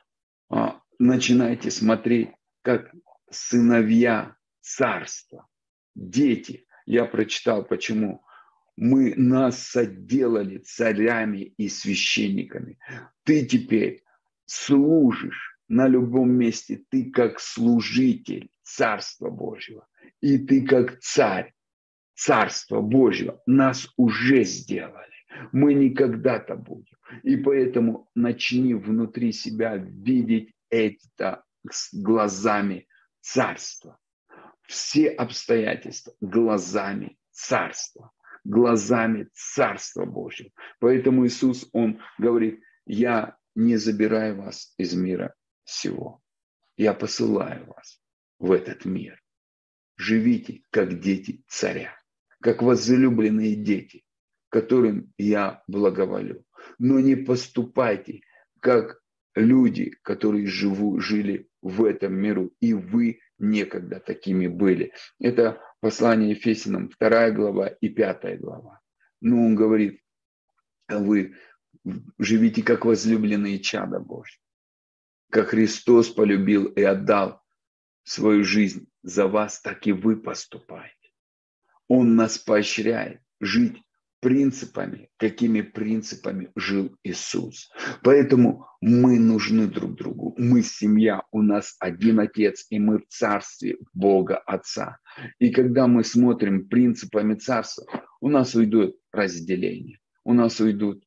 Начинайте смотреть как сыновья Царства. Дети. Я прочитал, почему. Нас соделали царями и священниками. Ты теперь служишь на любом месте. Ты как служитель Царства Божьего. И ты как царь Царства Божьего. Нас уже сделали. Мы не когда-то будем. И поэтому начни внутри себя видеть это глазами Царства. Все обстоятельства глазами Царства. Глазами Царства Божьего. Поэтому Иисус, Он говорит: я не забираю вас из мира сего. Я посылаю вас в этот мир. Живите, как дети царя, как возлюбленные дети, которым я благоволю. Но не поступайте, как люди, которые жили в этом миру, и вы некогда такими были. Это послание Ефесянам 2 глава и 5 глава. Но он говорит: вы живите как возлюбленные чада Божьи. Как Христос полюбил и отдал свою жизнь за вас, так и вы поступаете. Он нас поощряет жить принципами, какими принципами жил Иисус. Поэтому мы нужны друг другу. Мы семья, у нас один Отец, и мы в царстве Бога Отца. И когда мы смотрим принципами царства, у нас уйдут разделения, у нас уйдут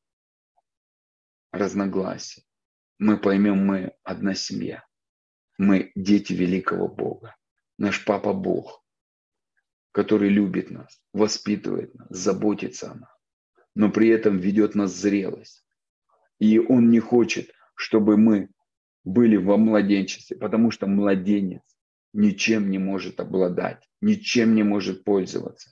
разногласия. Мы поймем, мы одна семья. Мы дети великого Бога. Наш Папа Бог, который любит нас, воспитывает нас, заботится о нас, но при этом ведет нас в зрелость. И Он не хочет, чтобы мы были во младенчестве, потому что младенец ничем не может обладать, ничем не может пользоваться.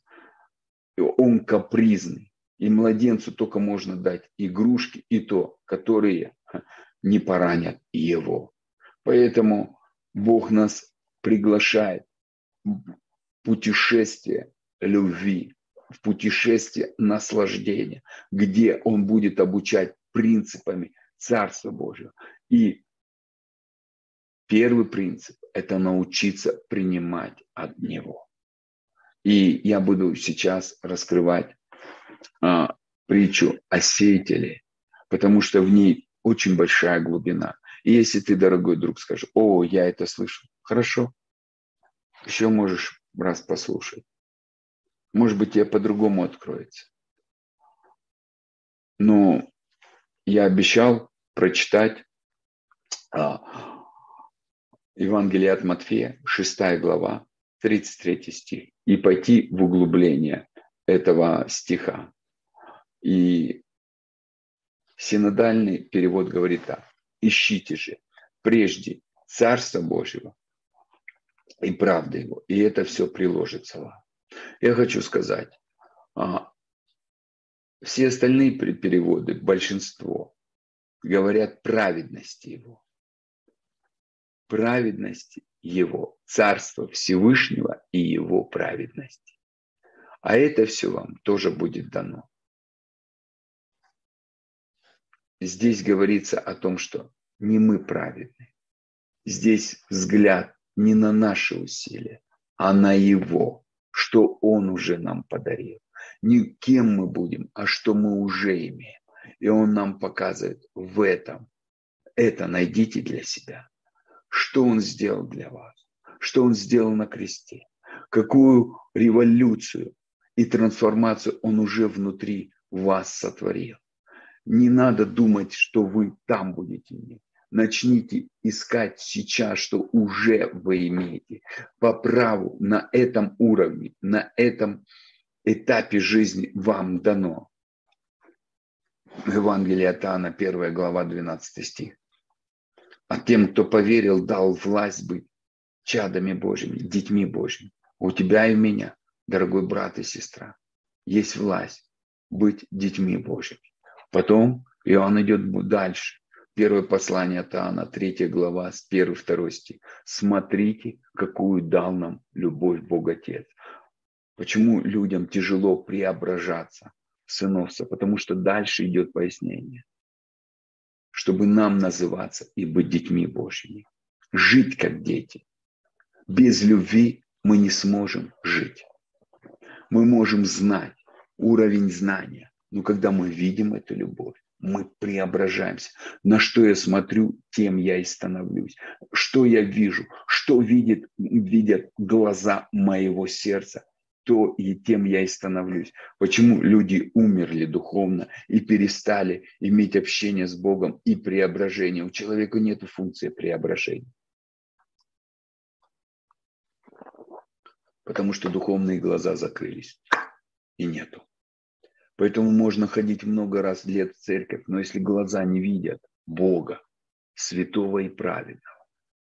Он капризный. И младенцу только можно дать игрушки, и то, которые не поранят его. Поэтому Бог нас приглашает в путешествие любви, в путешествие наслаждения, где он будет обучать принципами Царства Божьего. И первый принцип – это научиться принимать от Него. И я буду сейчас раскрывать притчу о сеятеле, потому что в ней очень большая глубина. И если ты, дорогой друг, скажешь: «О, я это слышал», хорошо, еще можешь раз послушать. Может быть, тебе по-другому откроется. Но я обещал прочитать Евангелие от Матфея, 6 глава, 33 стих, и пойти в углубление этого стиха. И синодальный перевод говорит так: ищите же прежде Царство Божьего и правды Его, и это все приложится вам. Я хочу сказать, все остальные переводы, большинство, говорят праведности Его. Праведности Его, Царства Всевышнего и Его праведности. А это все вам тоже будет дано. Здесь говорится о том, что не мы праведны. Здесь взгляд не на наши усилия, а на Его, что Он уже нам подарил. Не кем мы будем, а что мы уже имеем. И Он нам показывает в этом. Это найдите для себя. Что Он сделал для вас? Что Он сделал на кресте? Какую революцию и трансформацию Он уже внутри вас сотворил? Не надо думать, что вы там будете иметь. Начните искать сейчас, что уже вы имеете. По праву на этом уровне, на этом этапе жизни вам дано. Евангелие от Иоанна, 1 глава, 12 стих. А тем, кто поверил, дал власть быть чадами Божьими, детьми Божьими. У тебя и у меня, дорогой брат и сестра, есть власть быть детьми Божьими. Потом Иоанн идет дальше. Первое послание от Иоанна, 3 глава, с 1-2 стих. Смотрите, какую дал нам любовь Бог Отец. Почему людям тяжело преображаться в сыновца? Потому что дальше идет пояснение. Чтобы нам называться и быть детьми Божьими. Жить как дети. Без любви мы не сможем жить. Мы можем знать уровень знания, но когда мы видим эту любовь, мы преображаемся. На что я смотрю, тем я и становлюсь. Что я вижу, что видят глаза моего сердца, то и тем я и становлюсь. Почему люди умерли духовно и перестали иметь общение с Богом и преображение? У человека нет функции преображения. Потому что духовные глаза закрылись и нету. Поэтому можно ходить много раз лет в церковь, но если глаза не видят Бога, святого и праведного,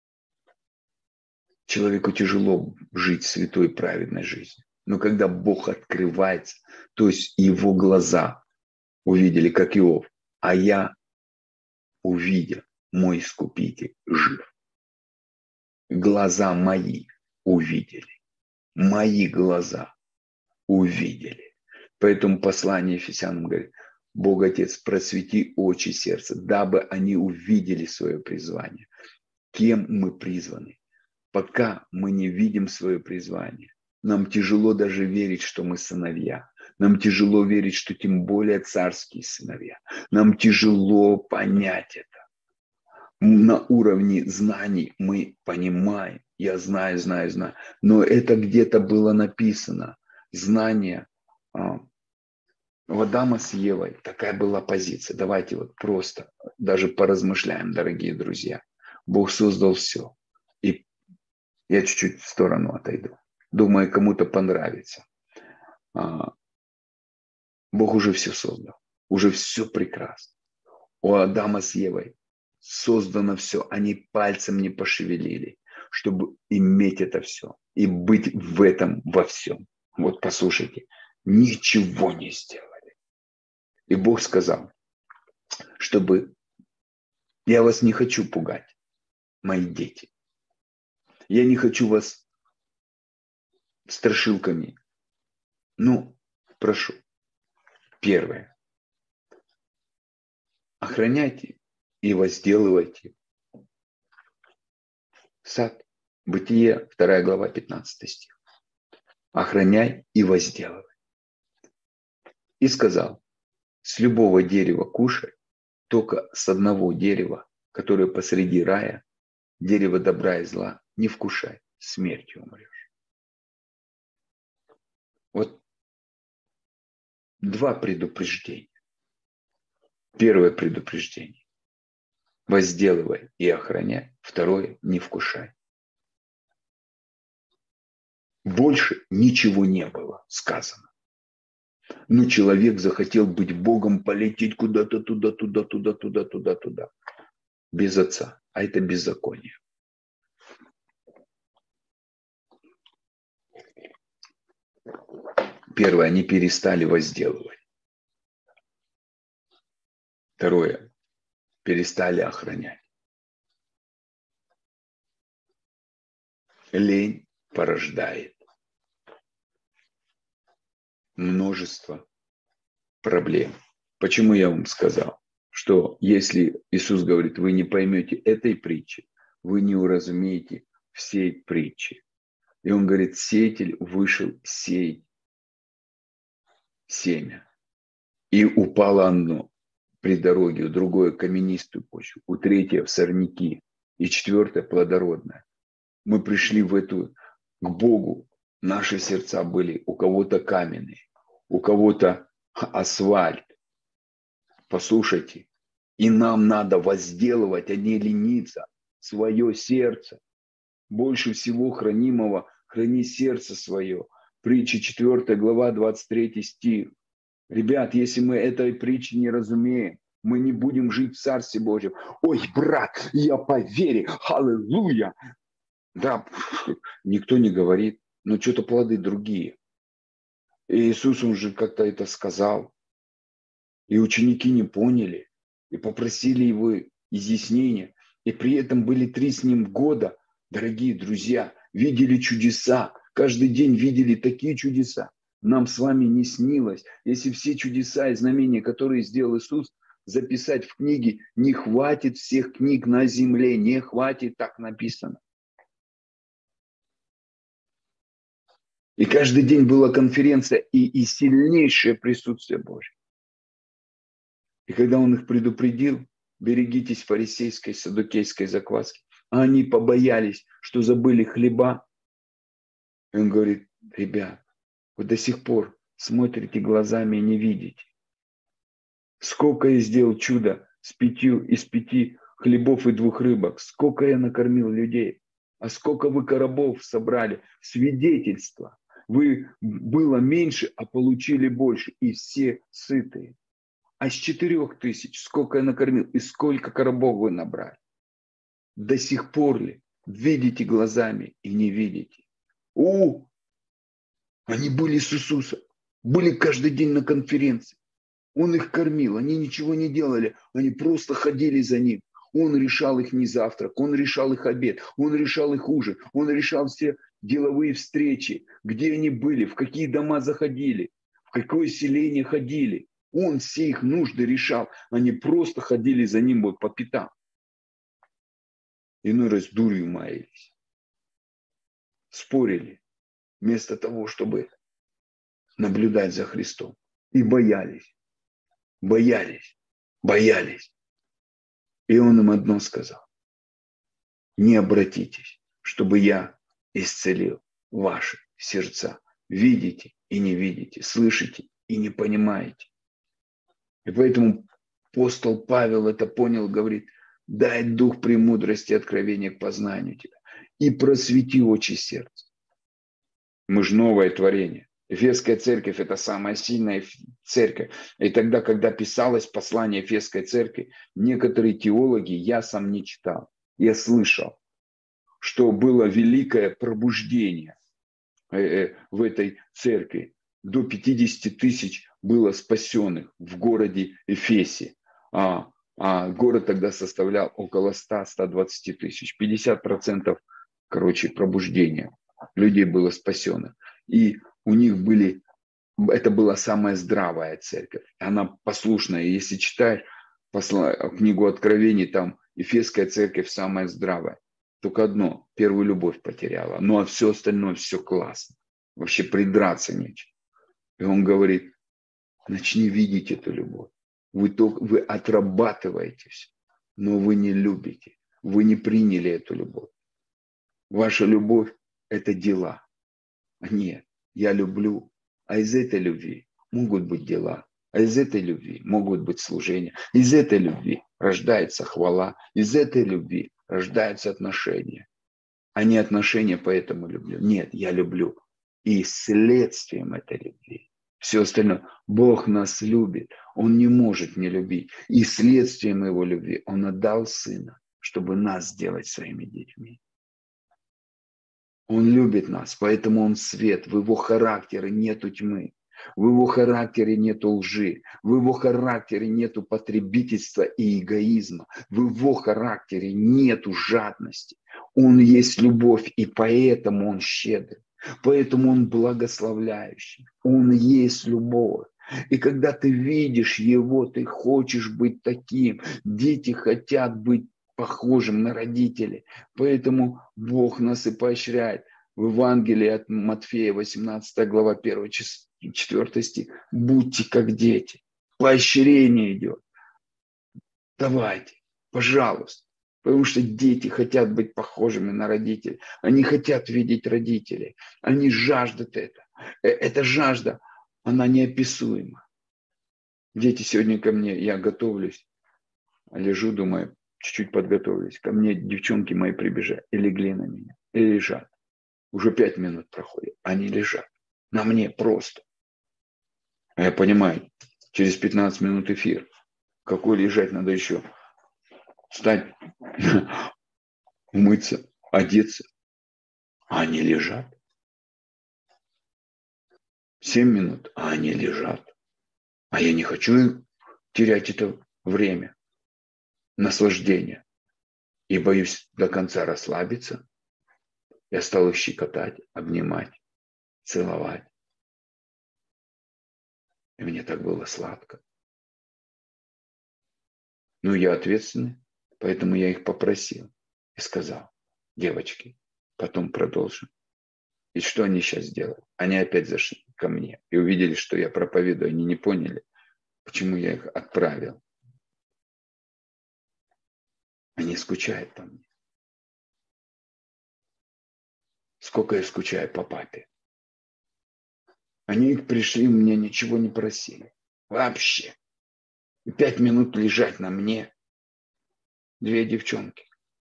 человеку тяжело жить святой и праведной жизнью. Но когда Бог открывается, то есть его глаза увидели, как Иов, а я увидел, мой Искупитель жив. Глаза мои увидели, мои глаза увидели. Поэтому послание Ефесянам говорит: Бог Отец, просвети очи сердца, дабы они увидели свое призвание. Кем мы призваны? Пока мы не видим свое призвание, нам тяжело даже верить, что мы сыновья. Нам тяжело верить, что тем более царские сыновья. Нам тяжело понять это. На уровне знаний мы понимаем, я знаю. Но это где-то было написано. Знание. У Адама с Евой такая была позиция. Давайте вот просто даже поразмышляем, дорогие друзья. Бог создал все. И я чуть-чуть в сторону отойду. Думаю, кому-то понравится. Бог уже все создал. Уже все прекрасно. У Адама с Евой создано все. Они пальцем не пошевелили, чтобы иметь это все. И быть в этом во всем. Вот послушайте. Ничего не сделали. И Бог сказал, чтобы я вас не хочу пугать, мои дети. Я не хочу вас страшилками. Ну, прошу. Первое. Охраняйте и возделывайте сад. Бытие, 2 глава, 15 стих. Охраняй и возделывай. И сказал, с любого дерева кушай, только с одного дерева, которое посреди рая, дерево добра и зла, не вкушай, смертью умрешь. Вот два предупреждения. Первое предупреждение. Возделывай и охраняй. Второе, не вкушай. Больше ничего не было сказано. Но человек захотел быть Богом, полететь куда-то туда. Без отца. А это беззаконие. Первое, они перестали возделывать. Второе, перестали охранять. Лень порождает множество проблем. Почему я вам сказал, что если Иисус говорит, вы не поймете этой притчи, вы не уразумеете всей притчи. И он говорит, сеятель вышел сеять семя. И упало одно при дороге, у другое каменистую почву, у третье в сорняки, и четвертое плодородное. Мы пришли к Богу, наши сердца были у кого-то каменные, у кого-то асфальт. Послушайте, и нам надо возделывать, а не лениться, свое сердце. Больше всего хранимого храни сердце свое. Притча 4 глава, 23 стих. Ребят, если мы этой притчи не разумеем, мы не будем жить в Царстве Божьем. Ой, брат, я по вере, аллилуйя. Да, никто не говорит, но что-то плоды другие. И Иисус, он же как-то это сказал. И ученики не поняли, и попросили его изъяснения. И при этом были 3 с ним года, дорогие друзья, видели чудеса. Каждый день видели такие чудеса. Нам с вами не снилось. Если все чудеса и знамения, которые сделал Иисус, записать в книге, не хватит всех книг на земле, не хватит, так написано. И каждый день была конференция и сильнейшее присутствие Божье. И когда он их предупредил, берегитесь фарисейской, саддукейской закваски, а они побоялись, что забыли хлеба. И он говорит, ребят, вы до сих пор смотрите глазами и не видите. Сколько я сделал чудо из 5 хлебов и 2 рыбок, сколько я накормил людей, а сколько вы коробов собрали, свидетельства. Вы было меньше, а получили больше, и все сытые. А с 4000 сколько я накормил, и сколько коробов вы набрали. До сих пор ли видите глазами и не видите? Они были с Иисусом, были каждый день на конференции. Он их кормил, они ничего не делали, они просто ходили за ним. Он решал их завтрак, он решал их обед, он решал их ужин, он решал все деловые встречи, где они были, в какие дома заходили, в какое селение ходили. Он все их нужды решал, они просто ходили за ним вот по пятам. Иной раз дурью маялись, спорили, вместо того, чтобы наблюдать за Христом. И боялись. И он им одно сказал. Не обратитесь, чтобы я исцелил ваши сердца. Видите и не видите, слышите и не понимаете. И поэтому апостол Павел это понял, говорит, дай дух премудрости и откровения к познанию тебя и просвети очи сердца. Мы же новое творение. Эфесская церковь – это самая сильная церковь. И тогда, когда писалось послание Эфесской церкви, некоторые теологи, я сам не читал, я слышал, что было великое пробуждение в этой церкви. До 50 тысяч было спасенных в городе Эфесе. А город тогда составлял около 100-120 тысяч. 50% пробуждения людей было спасенных. И у них были Это была самая здравая церковь. Она послушная. Если читаешь книгу Откровений, там Ефесская церковь самая здравая. Только одно, первую любовь потеряла. Ну а все остальное, все классно. Вообще придраться нечего. И он говорит, начни видеть эту любовь. Вы отрабатываетесь, но вы не любите. Вы не приняли эту любовь. Ваша любовь – это дела. Нет, я люблю. А из этой любви могут быть дела. А из этой любви могут быть служения. Из этой любви рождается хвала. Из этой любви рождаются отношения. А не отношения, поэтому люблю. Нет, я люблю. И следствием этой любви все остальное. Бог нас любит. Он не может не любить. И следствием его любви он отдал Сына, чтобы нас сделать своими детьми. Он любит нас, поэтому он свет. В его характере нету тьмы. В его характере нету лжи. В его характере нету потребительства и эгоизма. В его характере нету жадности. Он есть любовь, и поэтому он щедрый. Поэтому он благословляющий. Он есть любовь. И когда ты видишь его, ты хочешь быть таким. Дети хотят быть похожим на родителей. Поэтому Бог нас и поощряет. В Евангелии от Матфея, 18 глава, 1-4 стих. Будьте как дети. Поощрение идет. Давайте, пожалуйста. Потому что дети хотят быть похожими на родителей. Они хотят видеть родителей. Они жаждут это. Эта жажда, она неописуема. Дети сегодня ко мне, я готовлюсь, лежу, думаю, чуть-чуть подготовлюсь. Ко мне девчонки мои прибежали и легли на меня, и лежат. Уже 5 минут проходит, они лежат. На мне просто. А я понимаю, через 15 минут эфир. Какой лежать, надо еще встать, умыться, одеться. А они лежат. 7 минут, а они лежат. А я не хочу терять это время, наслаждение. И боюсь до конца расслабиться. Я стал их щекотать, обнимать, целовать. И мне так было сладко. Ну, я ответственный, поэтому я их попросил и сказал, девочки, потом продолжим. И что они сейчас делают? Они опять зашли ко мне и увидели, что я проповедую. Они не поняли, почему я их отправил. Они скучают по мне. Сколько я скучаю по папе. Они пришли, мне ничего не просили. Вообще. И 5 минут лежать на мне. 2 девчонки.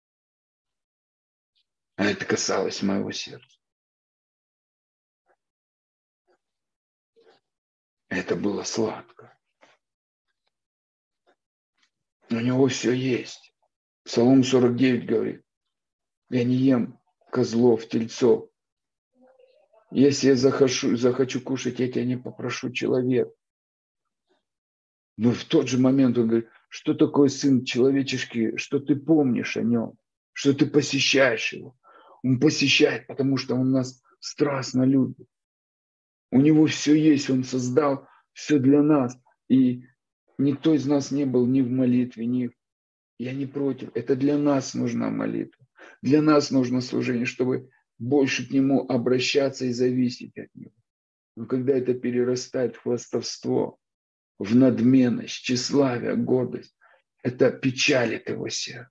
А это касалось моего сердца. Это было сладко. У него все есть. Псалом 49 говорит, я не ем козлов, тельцов. Если я захочу кушать, я тебя не попрошу человека. Но в тот же момент он говорит, что такое сын человеческий, что ты помнишь о нем, что ты посещаешь его. Он посещает, потому что он нас страстно любит. У него все есть, он создал все для нас. И никто из нас не был ни в молитве, ни... Я не против. Это для нас нужна молитва. Для нас нужно служение, чтобы больше к нему обращаться и зависеть от него. Но когда это перерастает в хвастовство, в надменность, тщеславие, гордость, это печалит его сердце.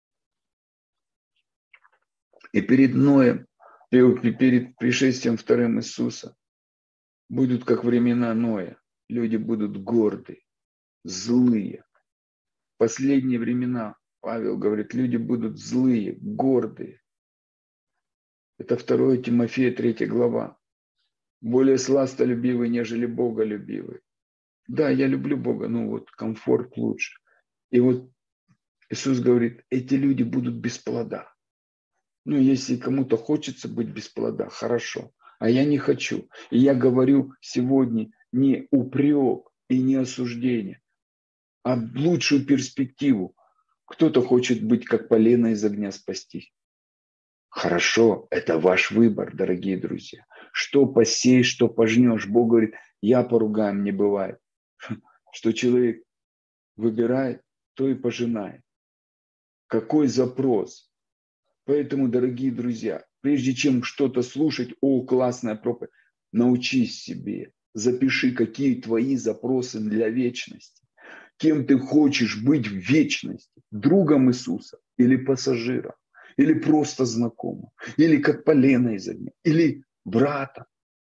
И перед Ноем, перед пришествием вторым Иисуса, будут как времена Ноя. Люди будут горды, злые. В последние времена, Павел говорит, люди будут злые, гордые. Это 2 Тимофея, 3 глава. Более сластолюбивый, нежели боголюбивый. Да, я люблю Бога, но вот комфорт лучше. И вот Иисус говорит, эти люди будут без плода. Ну, если кому-то хочется быть без плода, хорошо. А я не хочу. И я говорю сегодня не упрек и не осуждение, а лучшую перспективу. Кто-то хочет быть как полено из огня спастись. Хорошо, это ваш выбор, дорогие друзья. Что посеешь, что пожнешь. Бог говорит, я поругаем не бывает. Что человек выбирает, то и пожинает. Какой запрос? Поэтому, дорогие друзья, прежде чем что-то слушать, классная проповедь, научись себе, запиши, какие твои запросы для вечности. Кем ты хочешь быть в вечности? Другом Иисуса или пассажиром? Или просто знакомым? Или как полено из огня? Или брата?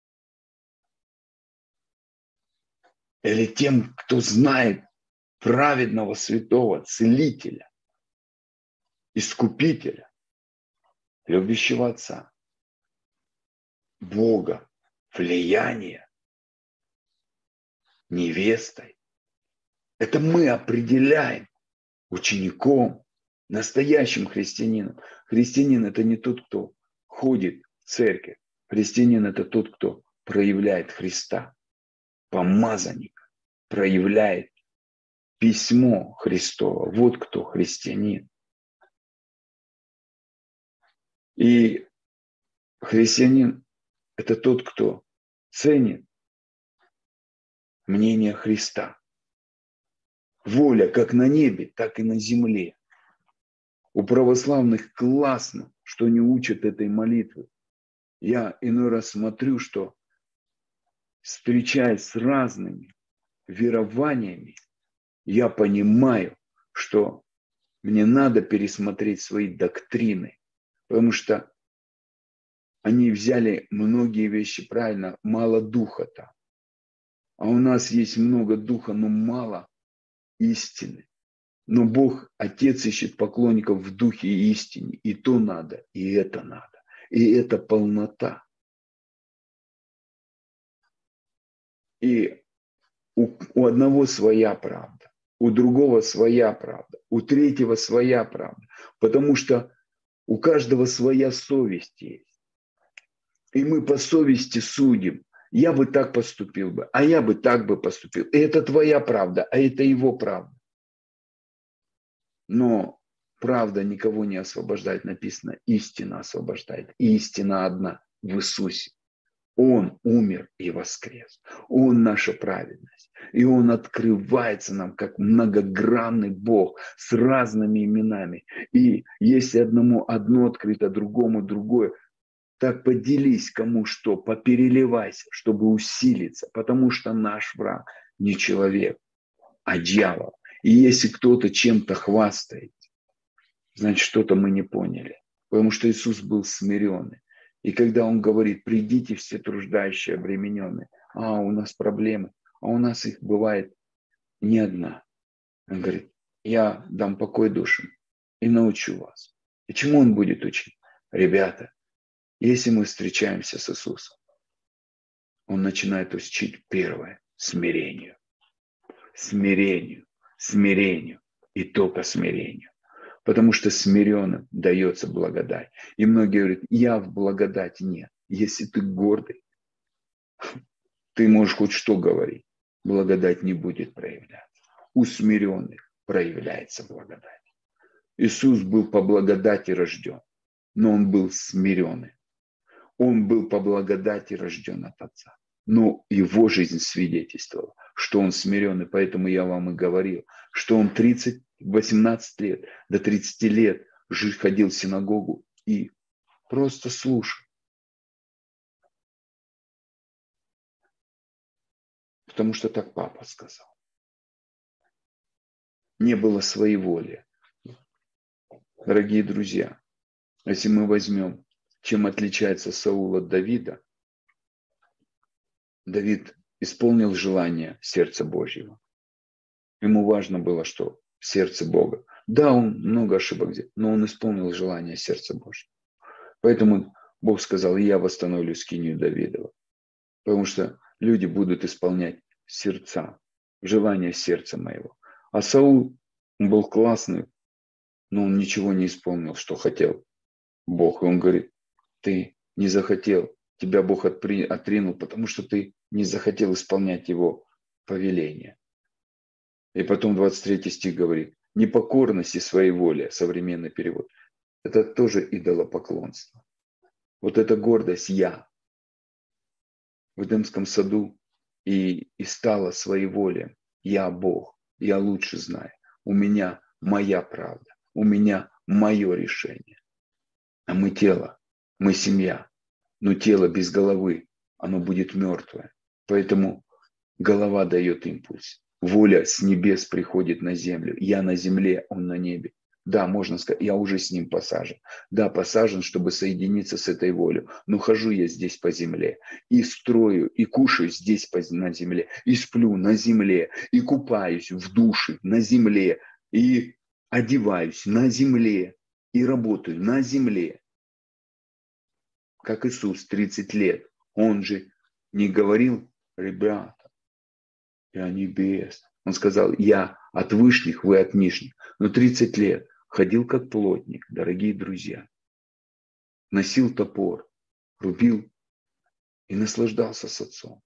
Или тем, кто знает праведного святого целителя, искупителя, любящего Отца, Бога, влияния, невестой. Это мы определяем учеником, настоящим христианином. Христианин – это не тот, кто ходит в церковь. Христианин – это тот, кто проявляет Христа. Помазанник проявляет письмо Христово. Вот кто христианин. И христианин – это тот, кто ценит мнение Христа. Воля как на небе, так и на земле. У православных классно, что не учат этой молитвы. Я иной раз смотрю, что, встречаясь с разными верованиями, я понимаю, что мне надо пересмотреть свои доктрины, потому что они взяли многие вещи правильно, мало духа там. А у нас есть много духа, но мало истины. Но Бог, Отец, ищет поклонников в духе и истине. И то надо, и это надо. И это полнота. И у одного своя правда, у другого своя правда, у третьего своя правда. Потому что у каждого своя совесть есть. И мы по совести судим. Я бы так поступил бы, а я бы так бы поступил. И это твоя правда, а это его правда. Но правда никого не освобождает. Написано, истина освобождает. И истина одна в Иисусе. Он умер и воскрес. Он наша праведность. И Он открывается нам как многогранный Бог с разными именами. И если одному одно открыто, другому другое, так поделись кому что, попереливайся, чтобы усилиться. Потому что наш враг не человек, а дьявол. И если кто-то чем-то хвастает, значит, что-то мы не поняли. Потому что Иисус был смиренный. И когда Он говорит, придите все труждающие, обремененные, у нас проблемы, а у нас их бывает не одна. Он говорит, я дам покой душам и научу вас. И чему Он будет учить? Ребята, если мы встречаемся с Иисусом, Он начинает учить первое – смирению. Смирению, смирению и только смирению. Потому что смиренным дается благодать. И многие говорят, я в благодати нет. Если ты гордый, ты можешь хоть что говорить. Благодать не будет проявляться. У смиренных проявляется благодать. Иисус был по благодати рожден, но Он был смиренный. Он был по благодати рожден от Отца. Но его жизнь свидетельствовала, что он смиренный. Поэтому я вам и говорил, что он 18 лет, до 30 лет ходил в синагогу и просто слушал. Потому что так папа сказал. Не было своей воли. Дорогие друзья, если мы возьмем, чем отличается Саул от Давида, Давид исполнил желание сердца Божьего. Ему важно было, что в сердце Бога. Да, он много ошибок сделал, но он исполнил желание сердца Божьего. Поэтому Бог сказал, я восстановлю скинию Давидова. Потому что люди будут исполнять сердца, желание сердца моего. А Саул, он был классный, но он ничего не исполнил, что хотел Бог. И он говорит, ты не захотел, тебя Бог отринул, потому что ты не захотел исполнять его повеление. И потом 23 стих говорит, непокорность и своей воли, современный перевод, это тоже идолопоклонство. Вот эта гордость я. в Эдемском саду и стала своей волей. Я Бог, я лучше знаю. У меня моя правда, у меня мое решение. А мы тело, мы семья. Но тело без головы, оно будет мертвое. Поэтому голова дает импульс. Воля с небес приходит на землю. Я на земле, он на небе. Да, можно сказать, я уже с ним посажен. Да, посажен, чтобы соединиться с этой волей. Но хожу я здесь по земле. И строю, и кушаю здесь на земле. И сплю на земле. И купаюсь в душе на земле. И одеваюсь на земле. И работаю на земле. Как Иисус 30 лет. Он же не говорил, ребята, я небес. Он сказал, я от вышних, вы от нижних. Но 30 лет ходил как плотник, дорогие друзья. Носил топор, рубил и наслаждался с отцом.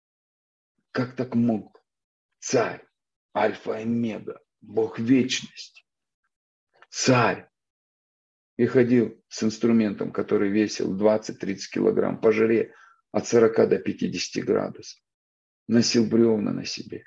Как так мог царь, альфа и омега, Бог вечности, царь, и ходил с инструментом, который весил 20-30 килограмм по жаре от 40 до 50 градусов. Носил бревна на себе.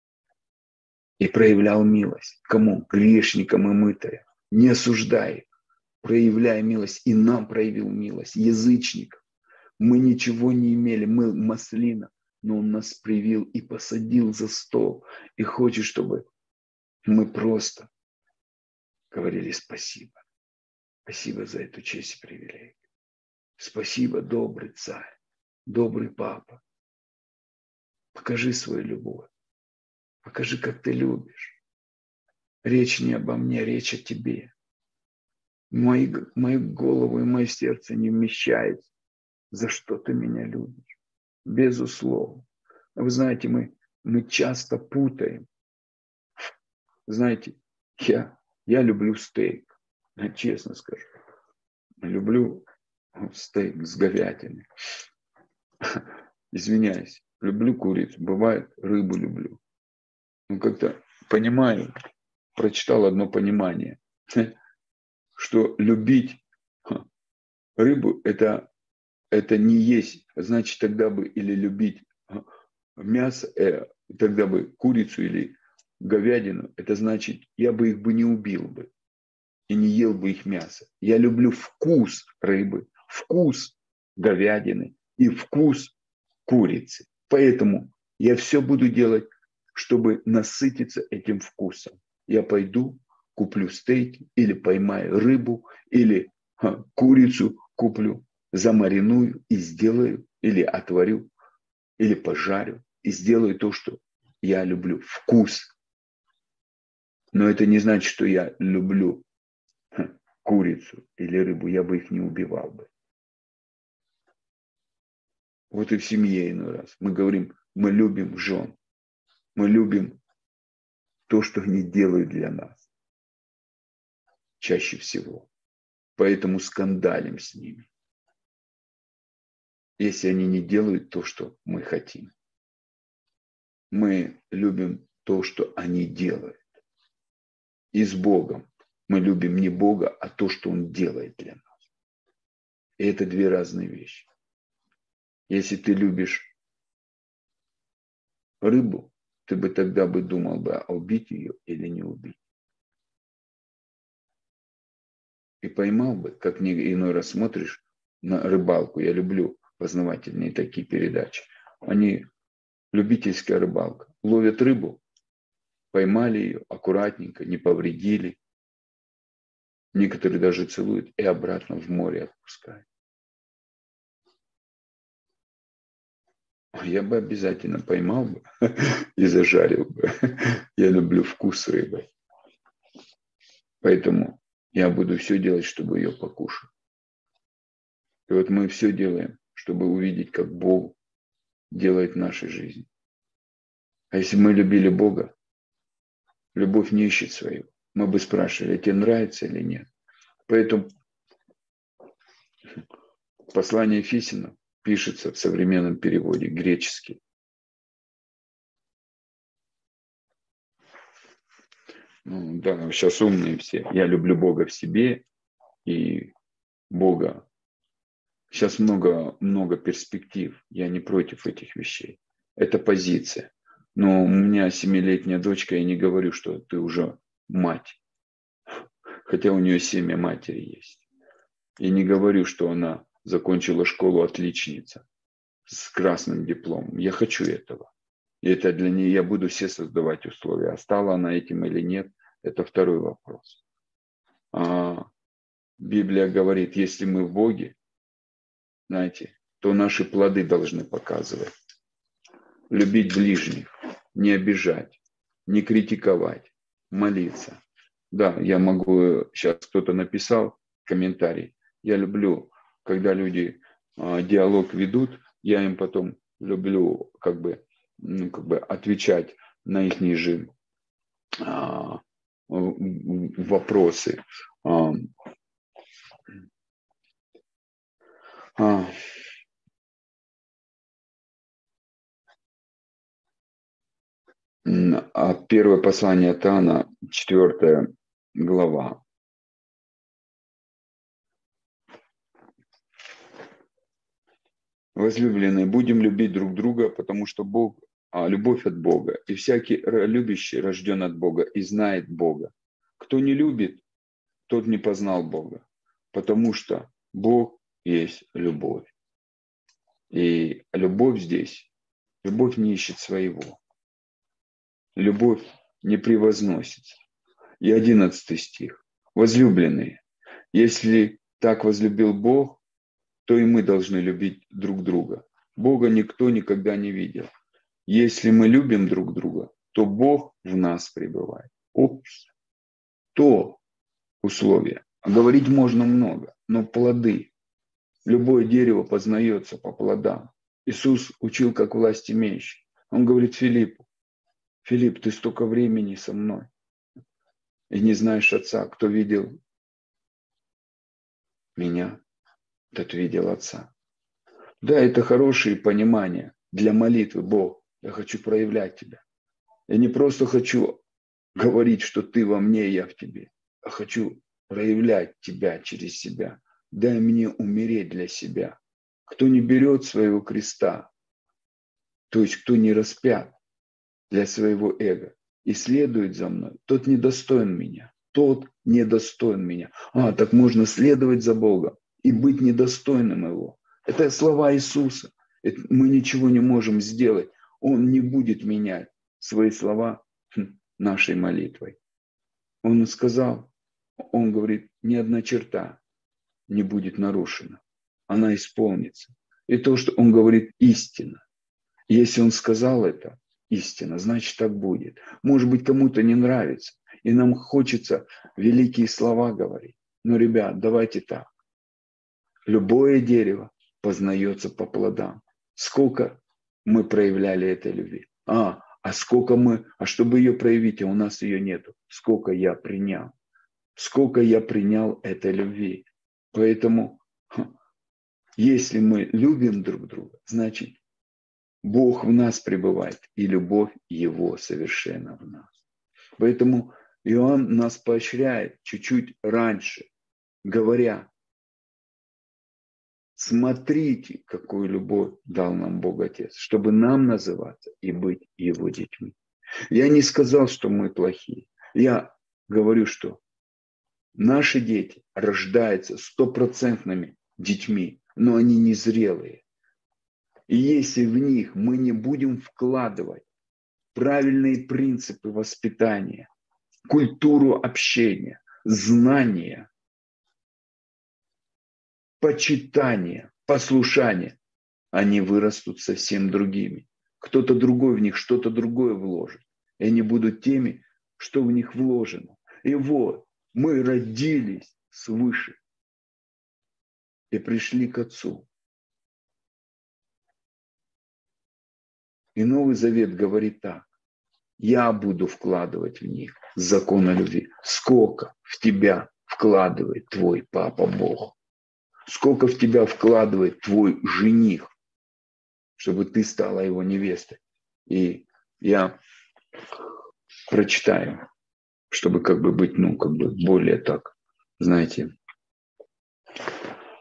И проявлял милость. Кому? Грешникам и мытарям. Не осуждай их. Проявляя милость. И нам проявил милость. Язычникам. Мы ничего не имели. Мы маслина. Но Он нас привил и посадил за стол. И хочет, чтобы мы просто говорили спасибо. Спасибо за эту честь и привилегию. Спасибо, добрый царь. Добрый папа. Покажи свою любовь. Покажи, как ты любишь. Речь не обо мне, речь о тебе. Мою голову и мое сердце не вмещается. За что ты меня любишь? Безусловно. Вы знаете, мы часто путаем. Знаете, я люблю стейк. Я честно скажу. Люблю стейк с говядиной. Извиняюсь. Люблю курицу. Бывает, рыбу люблю. Ну, как-то понимаю, прочитал одно понимание, что любить рыбу это не есть, значит тогда бы или любить мясо, тогда бы курицу или говядину, это значит я бы их бы не убил бы и не ел бы их мясо. Я люблю вкус рыбы, вкус говядины и вкус курицы. Поэтому я все буду делать, чтобы насытиться этим вкусом. Я пойду, куплю стейк или поймаю рыбу, или курицу куплю, замариную и сделаю, или отварю, или пожарю, и сделаю то, что я люблю. Вкус. Но это не значит, что я люблю курицу или рыбу. Я бы их не убивал бы. Вот и в семье иной раз. Мы говорим, мы любим жен. Мы любим то, что они делают для нас. Чаще всего. Поэтому скандалим с ними. Если они не делают то, что мы хотим. Мы любим то, что они делают. И с Богом мы любим не Бога, а то, что Он делает для нас. И это две разные вещи. Если ты любишь рыбу, ты бы тогда бы думал бы, убить ее или не убить. И поймал бы, как иной раз смотришь на рыбалку. Я люблю познавательные такие передачи. Они любительская рыбалка. Ловят рыбу, поймали ее аккуратненько, не повредили. Некоторые даже целуют и обратно в море отпускают. Я бы обязательно поймал бы и зажарил бы. Я люблю вкус рыбы. Поэтому я буду все делать, чтобы ее покушать. И вот мы все делаем, чтобы увидеть, как Бог делает в нашей жизни. А если бы мы любили Бога, любовь не ищет свою. Мы бы спрашивали, тебе нравится или нет. Поэтому послание Ефесянам пишется в современном переводе, греческий. Ну, да, сейчас умные все. Я люблю Бога в себе и Бога в Сейчас много перспектив. Я не против этих вещей. Это позиция. Но у меня 7-летняя дочка, я не говорю, что ты уже мать. Хотя у нее семя матери есть. Я не говорю, что она закончила школу отличница с красным дипломом. Я хочу этого. И это для нее, я буду все создавать условия. А стала она этим или нет, это второй вопрос. Библия говорит, если мы в Боге, знаете, то наши плоды должны показывать. Любить ближних, не обижать, не критиковать, молиться. Да, я могу, сейчас кто-то написал комментарий. Я люблю, когда люди диалог ведут, я им потом люблю как бы отвечать на их же вопросы. Первое послание от Иоанна, 4 глава. Возлюбленные, будем любить друг друга, потому что Бог, любовь от Бога. И всякий любящий рожден от Бога и знает Бога. Кто не любит, тот не познал Бога, потому что Бог есть любовь. И любовь здесь, любовь не ищет своего. Любовь не превозносится. И 11 стих. Возлюбленные, если так возлюбил Бог, то и мы должны любить друг друга. Бога никто никогда не видел. Если мы любим друг друга, то Бог в нас пребывает. То условие. Говорить можно много, но плоды. Любое дерево познается по плодам. Иисус учил как власть имеющий. Он говорит Филиппу: Филипп, ты столько времени со мной и не знаешь Отца. Кто видел меня, тот видел Отца. Да, это хорошее понимание для молитвы. Бог, я хочу проявлять Тебя. Я не просто хочу говорить, что Ты во мне, я в Тебе, а хочу проявлять Тебя через себя. Дай мне умереть для себя. Кто не берет своего креста, то есть кто не распят для своего эго и следует за мной, тот недостоин меня. Тот недостоин меня. Так можно следовать за Богом и быть недостойным Его. Это слова Иисуса. Мы ничего не можем сделать. Он не будет менять свои слова нашей молитвой. Он сказал, он говорит, ни одна черта не будет нарушена. Она исполнится. И то, что он говорит, истина. Если он сказал это, истина, значит так будет. Может быть, кому-то не нравится, и нам хочется великие слова говорить. Но, ребят, давайте так. Любое дерево познается по плодам. Сколько мы проявляли этой любви? Чтобы ее проявить, а у нас ее нету. Сколько я принял. Сколько я принял этой любви. Поэтому, если мы любим друг друга, значит, Бог в нас пребывает, и любовь Его совершенна в нас. Поэтому Иоанн нас поощряет чуть-чуть раньше, говоря, смотрите, какую любовь дал нам Бог Отец, чтобы нам называться и быть Его детьми. Я не сказал, что мы плохие. Я говорю, что наши дети рождаются 100% детьми, но они незрелые. И если в них мы не будем вкладывать правильные принципы воспитания, культуру общения, знания, почитания, послушания, они вырастут совсем другими. Кто-то другой в них что-то другое вложит. И они будут теми, что в них вложено. И вот мы родились свыше и пришли к Отцу. И Новый Завет говорит так. Я буду вкладывать в них закон о любви. Сколько в тебя вкладывает твой Папа Бог? Сколько в тебя вкладывает твой жених, чтобы ты стала его невестой? И я прочитаю, чтобы быть, более так, знаете,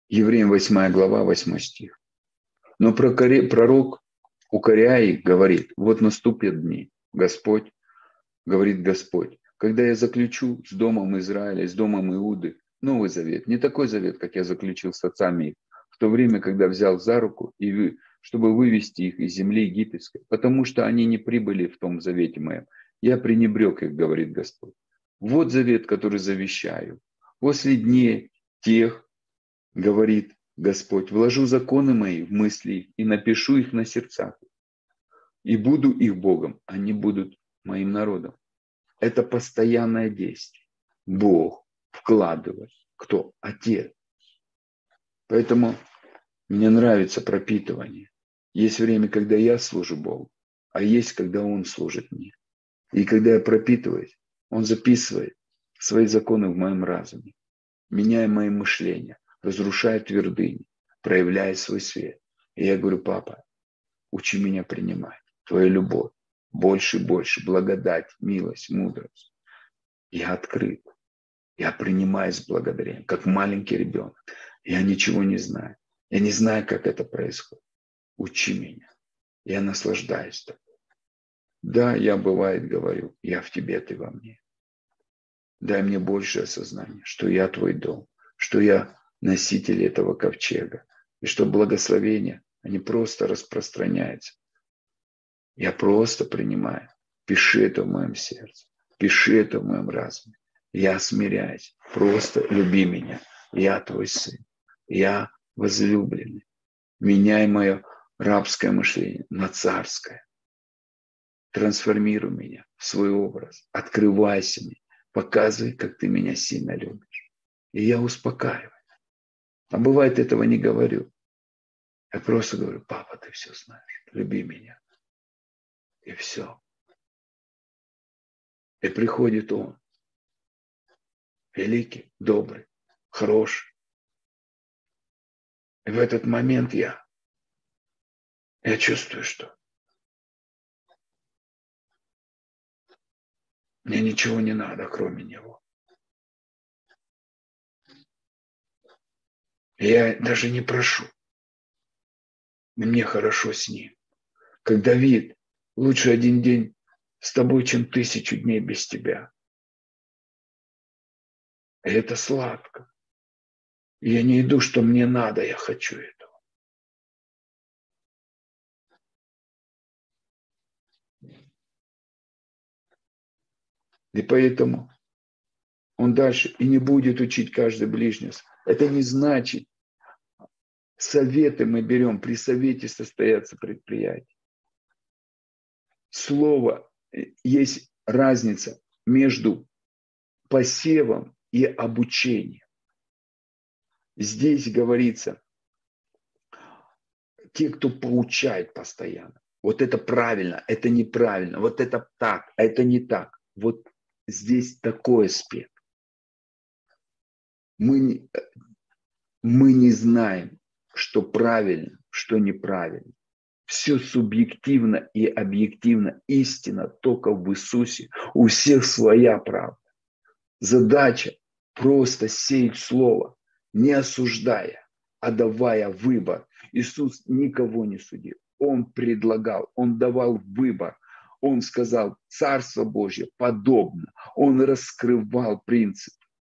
Евреям 8 глава, 8 стих. Но пророк, укоряя их, говорит, вот наступят дни, Господь, говорит Господь, когда я заключу с домом Израиля, с домом Иуды новый завет, не такой завет, как я заключил с отцами их, в то время, когда взял за руку, чтобы вывести их из земли египетской, потому что они не прибыли в том завете моем. Я пренебрег их, говорит Господь. Вот завет, который завещаю. После дней тех, говорит Господь, вложу законы мои в мысли их и напишу их на сердцах. И буду их Богом, они будут моим народом. Это постоянное действие. Бог вкладывает. Кто? Отец. Поэтому мне нравится пропитывание. Есть время, когда я служу Богу, а есть, когда Он служит мне. И когда я пропитываюсь, Он записывает свои законы в моем разуме, меняя мои мышления, разрушая твердыни, проявляя свой свет. И я говорю, папа, учи меня принимать твою любовь. Больше и больше, благодать, милость, мудрость. Я открыт. Я принимаю с благодарением, как маленький ребенок. Я ничего не знаю. Я не знаю, как это происходит. Учи меня. Я наслаждаюсь тобой. Да, я бывает говорю, я в тебе, ты во мне. Дай мне большее осознание, что я твой дом, что я носитель этого ковчега, и что благословения, они просто распространяются. Я просто принимаю. Пиши это в моем сердце. Пиши это в моем разуме. Я смиряюсь. Просто люби меня. Я твой сын. Я возлюбленный. Меняй мое рабское мышление на царское. Трансформируй меня в свой образ. Открывайся мне. Показывай, как ты меня сильно любишь. И я успокаиваю. А бывает, этого не говорю. Я просто говорю, папа, ты все знаешь. Люби меня. И все. И приходит он. Великий, добрый, хороший. И в этот момент я чувствую, что мне ничего не надо, кроме него. И я даже не прошу. Мне хорошо с ним. Как Давид, лучше один день с тобой, чем 1000 дней без тебя. И это сладко. И я не иду, что мне надо, я хочу этого. И поэтому он дальше и не будет учить каждый ближний. Это не значит, советы мы берем, при совете состоятся предприятия. Слово, есть разница между посевом и обучением. Здесь говорится, те, кто поучает постоянно. Вот это правильно, это неправильно, вот это так, а это не так. Вот здесь такой аспект. Мы не знаем, что правильно, что неправильно. Все субъективно и объективно. Истина только в Иисусе. У всех своя правда. Задача просто сеять слово, не осуждая, а давая выбор. Иисус никого не судил. Он предлагал, Он давал выбор. Он сказал, Царство Божье подобно. Он раскрывал принцип.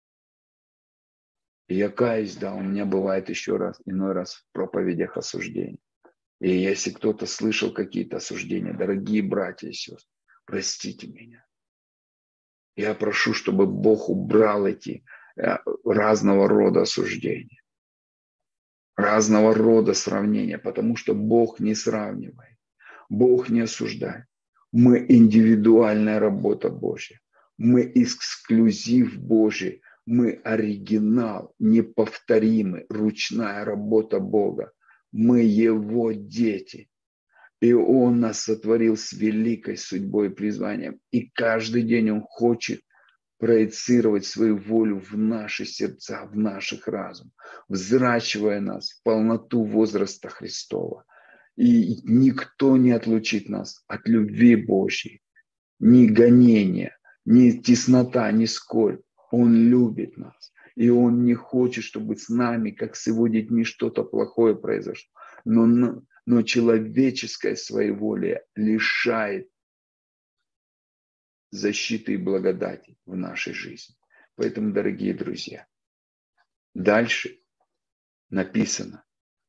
И я каюсь, да, у меня бывает еще раз, иной раз в проповедях осуждений. И если кто-то слышал какие-то осуждения, дорогие братья и сестры, простите меня. Я прошу, чтобы Бог убрал эти разного рода осуждения, разного рода сравнения, потому что Бог не сравнивает, Бог не осуждает. Мы индивидуальная работа Божья, мы эксклюзив Божий, мы оригинал, неповторимый, ручная работа Бога. Мы Его дети. И Он нас сотворил с великой судьбой и призванием. И каждый день Он хочет проецировать свою волю в наши сердца, в наших разум, взращивая нас в полноту возраста Христова. И никто не отлучит нас от любви Божьей. Ни гонения, ни теснота, ни скорбь. Он любит нас. И Он не хочет, чтобы с нами, как с Его детьми, что-то плохое произошло. Но человеческое своеволие лишает защиты и благодати в нашей жизни. Поэтому, дорогие друзья, дальше написано: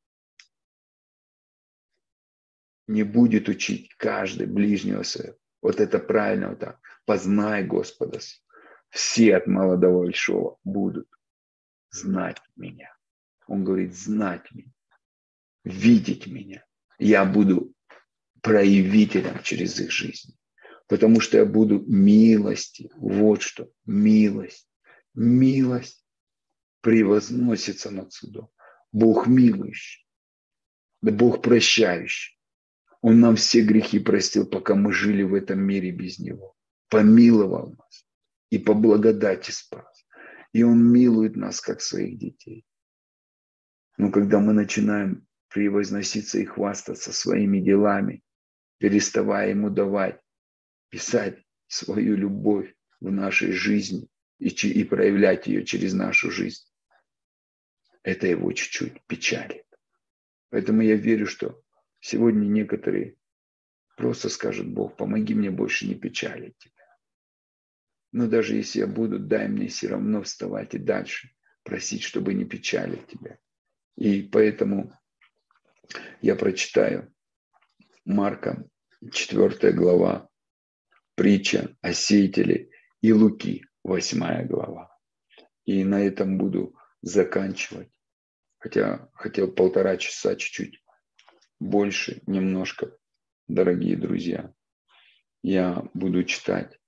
не будет учить каждый ближнего своего. Вот это правильно вот так. Познай Господа. Все от мала до большого будут знать меня. Он говорит, знать меня, видеть меня. Я буду проявителем через их жизнь. Потому что я буду милости. Вот что. Милость. Милость превозносится над судом. Бог милующий. Да Бог прощающий. Он нам все грехи простил, пока мы жили в этом мире без Него. Помиловал нас и по благодати спас. И Он милует нас, как своих детей. Но когда мы начинаем превозноситься и хвастаться своими делами, переставая Ему давать, писать свою любовь в нашей жизни и проявлять ее через нашу жизнь, это Его чуть-чуть печалит. Поэтому я верю, что сегодня некоторые просто скажут: Бог, помоги мне больше не печалить Тебя. Но даже если я буду, дай мне все равно вставать и дальше просить, чтобы не печалить Тебя. И поэтому я прочитаю Марка, 4 глава, притча о сеятеле, и Луки, 8 глава. И на этом буду заканчивать. Хотя хотел 1,5 часа, чуть-чуть больше, немножко, дорогие друзья. Я буду читать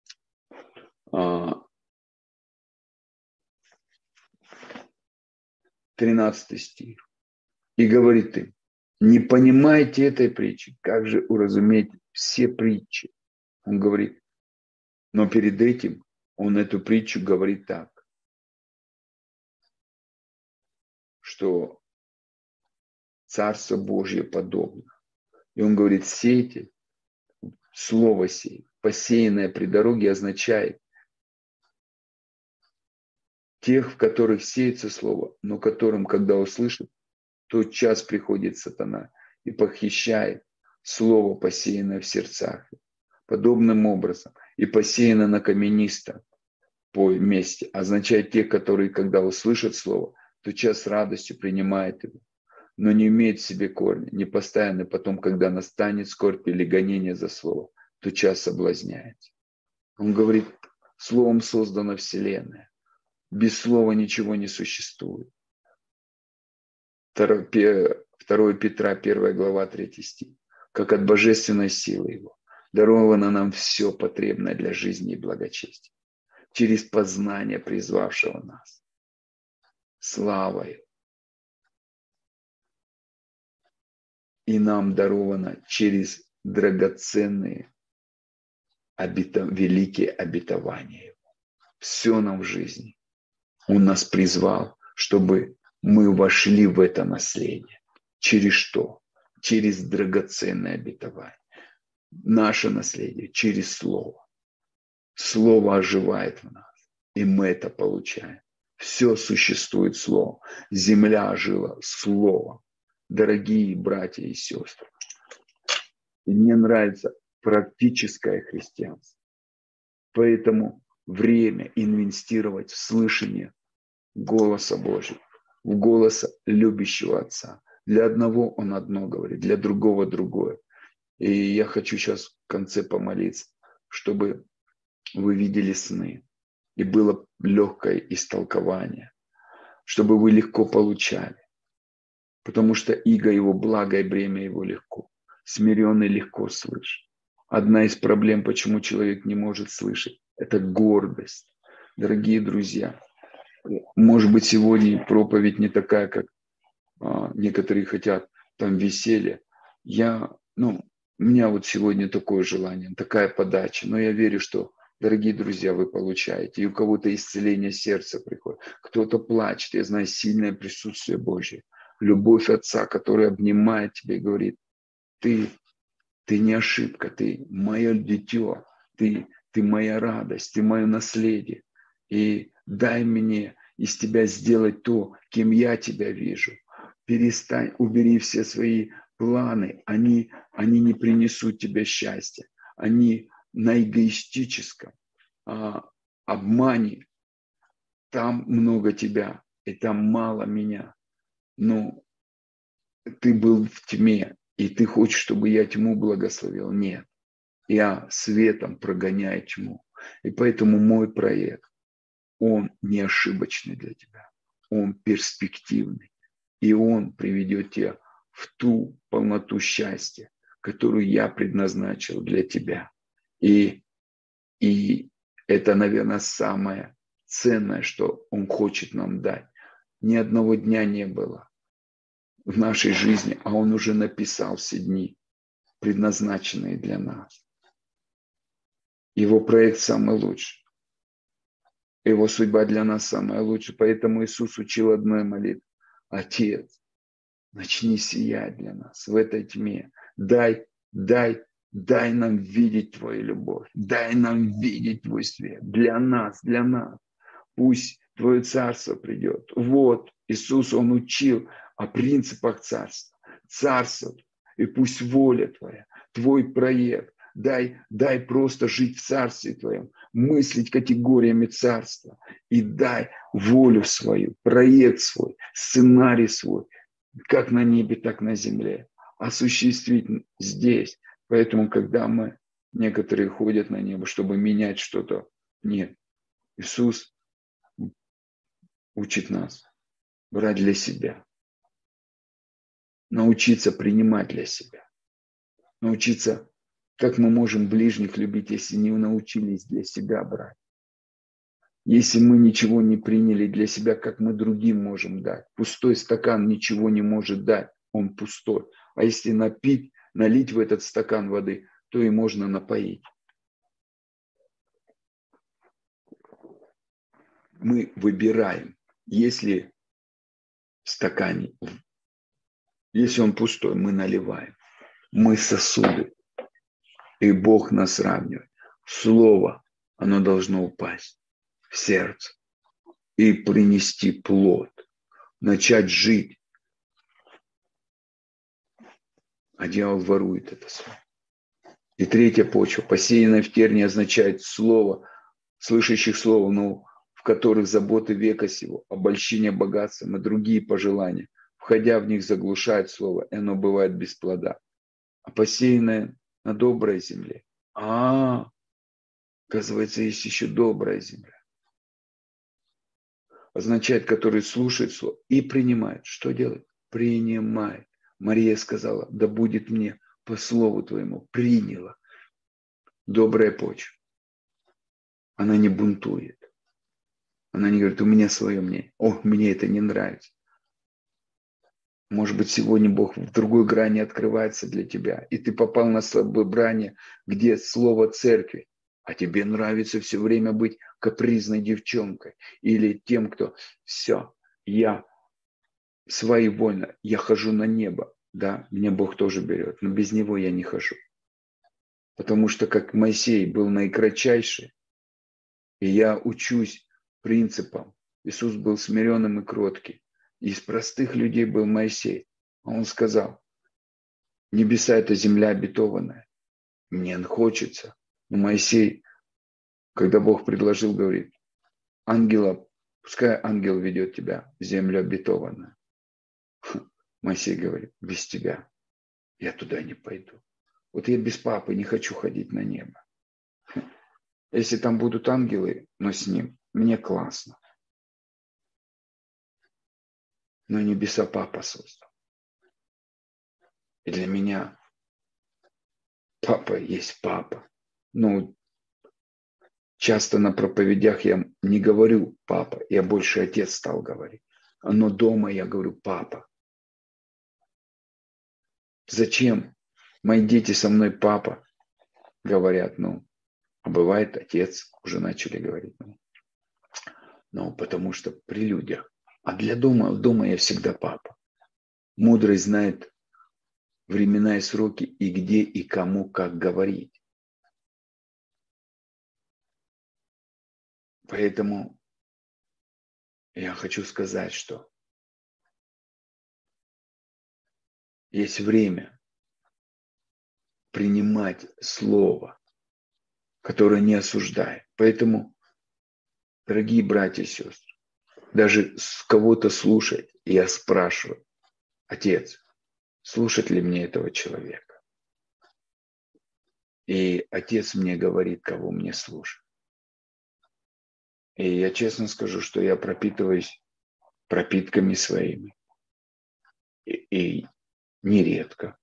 13 стих. И говорит им: не понимаете этой притчи, как же уразуметь все притчи? Он говорит, но перед этим он эту притчу говорит так, что Царство Божье подобно. И он говорит, сеятель, слово сеять, посеянное при дороге означает тех, в которых сеется слово, но которым, когда услышат, тот час приходит сатана и похищает слово, посеянное в сердцах. Подобным образом и посеяно на каменистом месте означает тех, которые, когда услышат слово, тот час с радостью принимают его, но не имеет в себе корня, не постоянно потом, когда настанет скорбь или гонение за слово, тот час соблазняется. Он говорит, словом создана вселенная. Без слова ничего не существует. 2 Петра, 1 глава, 3 стих. Как от божественной силы Его даровано нам все потребное для жизни и благочестия через познание призвавшего нас славой. И нам даровано через драгоценные великие обетования Его. Все нам в жизни. Он нас призвал, чтобы мы вошли в это наследие. Через что? Через драгоценное обетование. Наше наследие через Слово. Слово оживает в нас, и мы это получаем. Все существует Словом. Земля ожила Словом. Дорогие братья и сестры, и мне нравится практическое христианство. Поэтому время инвестировать в слышание голоса Божьего, в голоса любящего Отца. Для одного Он одно говорит, для другого другое. И я хочу сейчас в конце помолиться, чтобы вы видели сны, и было легкое истолкование, чтобы вы легко получали. Потому что иго Его благо и бремя Его легко. Смиренный легко слышит. Одна из проблем, почему человек не может слышать, это гордость. Дорогие друзья, может быть, сегодня проповедь не такая, как некоторые хотят, там веселье. У меня вот сегодня такое желание, такая подача, но я верю, что, дорогие друзья, вы получаете. И у кого-то исцеление сердца приходит, кто-то плачет, я знаю, сильное присутствие Божье. Любовь Отца, который обнимает тебя и говорит, ты не ошибка, ты мое дитё, ты моя радость, ты мое наследие. И дай мне, из тебя сделать то, кем я тебя вижу. Перестань, убери все свои планы, они не принесут тебе счастья. Они на эгоистическом обмане. Там много тебя, и там мало меня. Но ты был в тьме, и ты хочешь, чтобы я тьму благословил? Нет. Я светом прогоняю тьму. И поэтому мой проект, он не ошибочный для тебя. Он перспективный. И он приведет тебя в ту полноту счастья, которую я предназначил для тебя. И это, наверное, самое ценное, что он хочет нам дать. Ни одного дня не было в нашей жизни, а он уже написал все дни, предназначенные для нас. Его проект самый лучший. Его судьба для нас самая лучшая. Поэтому Иисус учил одной молитве. Отец, начни сиять для нас в этой тьме. Дай нам видеть Твою любовь. Дай нам видеть Твой свет. Для нас. Пусть Твое царство придет. Вот Иисус, Он учил о принципах царства. Царство. И пусть воля Твоя, Твой проект. Дай просто жить в царстве Твоем, мыслить категориями царства. И дай волю свою, проект свой, сценарий свой, как на небе, так на земле, осуществить здесь. Поэтому, когда некоторые ходят на небо, чтобы менять что-то, нет. Иисус учит нас брать для себя, научиться принимать для себя, научиться, как мы можем ближних любить, если не научились для себя брать. Если мы ничего не приняли для себя, как мы другим можем дать? Пустой стакан ничего не может дать, он пустой. А если налить в этот стакан воды, то и можно напоить. Мы выбираем, если в стакане, если он пустой, мы наливаем. Мы сосуды, и Бог нас сравнивает. Слово, оно должно упасть в сердце и принести плод, начать жить. А дьявол ворует это слово. И третья почва, посеянная в тернии, означает слово, слышащих слово, но в которых заботы века сего, обольщение богатством и другие пожелания, входя в них, заглушает слово, и оно бывает без плода. А посеянное на доброй земле. Оказывается, есть еще добрая земля. Означает, который слушает слово и принимает. Что делает? Принимает. Мария сказала, да будет мне по слову твоему. Приняла. Добрая почва. Она не бунтует. Она не говорит, у меня свое мнение. Мне это не нравится. Может быть, сегодня Бог в другой грани открывается для тебя. И ты попал на собрание, где слово церкви. А тебе нравится все время быть капризной девчонкой. Или тем, кто я своевольно, я хожу на небо. Да, меня Бог тоже берет, но без Него я не хожу. Потому что как Моисей был наикратчайший, и я учусь принципам. Иисус был смиренным и кротким. Из простых людей был Моисей. А он сказал, небеса – это земля обетованная. Мне хочется. Но Моисей, когда Бог предложил, говорит, пускай ангел ведет тебя в землю обетованную. Моисей говорит, без тебя я туда не пойду. Вот я без папы не хочу ходить на небо. Если там будут ангелы, но с ним, мне классно. Но небеса папа создал. И для меня папа есть папа. Часто на проповедях я не говорю папа, я больше отец стал говорить. Но дома я говорю папа. Зачем мои дети со мной папа говорят? А бывает отец, уже начали говорить. Потому что при людях. А для дома я всегда папа. Мудрость знает времена и сроки, и где, и кому, как говорить. Поэтому Я хочу сказать, что есть время принимать слово, которое не осуждает. Поэтому, дорогие братья и сестры, даже с кого-то слушать, я спрашиваю: Отец, слушать ли мне этого человека? И Отец мне говорит, кого мне слушать. И я честно скажу, что я пропитываюсь пропитками своими. И нередко.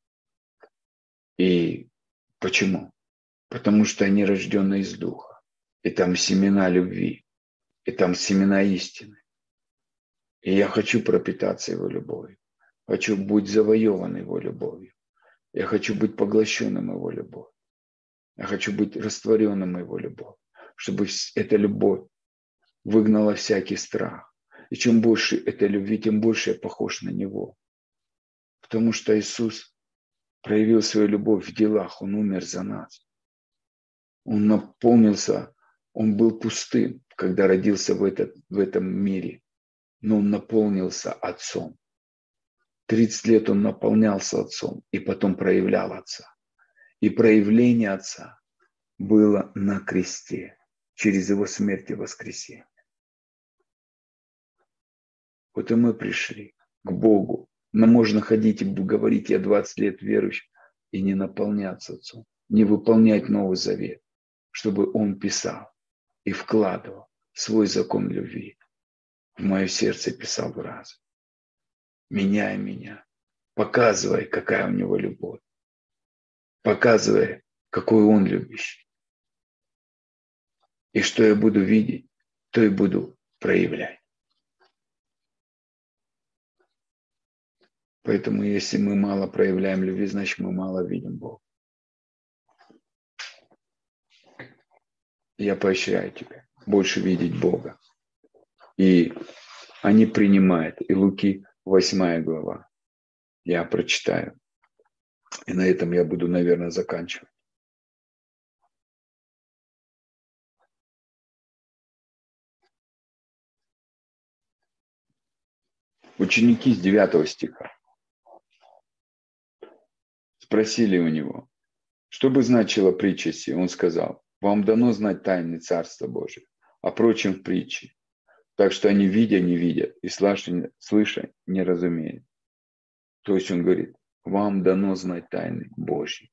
И почему? Потому что они рождены из Духа. И там семена любви. И там семена истины. И я хочу пропитаться Его любовью. Хочу быть завоеван Его любовью. Я хочу быть поглощенным Его любовью. Я хочу быть растворенным Его любовью. Чтобы эта любовь выгнала всякий страх. И чем больше этой любви, тем больше я похож на Него. Потому что Иисус проявил свою любовь в делах. Он умер за нас. Он наполнился, он был пустым, когда родился в этом мире. Но он наполнился Отцом. 30 лет он наполнялся Отцом и потом проявлял Отца. И проявление Отца было на кресте, через Его смерть и воскресение. Вот и мы пришли к Богу. Но можно ходить и говорить: я 20 лет верующий, и не наполняться Отцом, не выполнять Новый Завет, чтобы Он писал и вкладывал свой закон любви в мое сердце, писал в разум, меняя меня, показывая, какая у Него любовь, показывая, какой Он любящий. И что я буду видеть, то и буду проявлять. Поэтому если мы мало проявляем любви, значит мы мало видим Бога. Я поощряю тебя больше видеть Бога. И они принимают. И Луки 8 глава. Я прочитаю. И на этом я буду, наверное, заканчивать. Ученики с 9 стиха спросили у него, что бы значила притча сия. Он сказал: вам дано знать тайны Царства Божия, а прочим в притче. Так что они, видя, не видят, и слыша, не разумеют. То есть он говорит: вам дано знать тайны Божьи.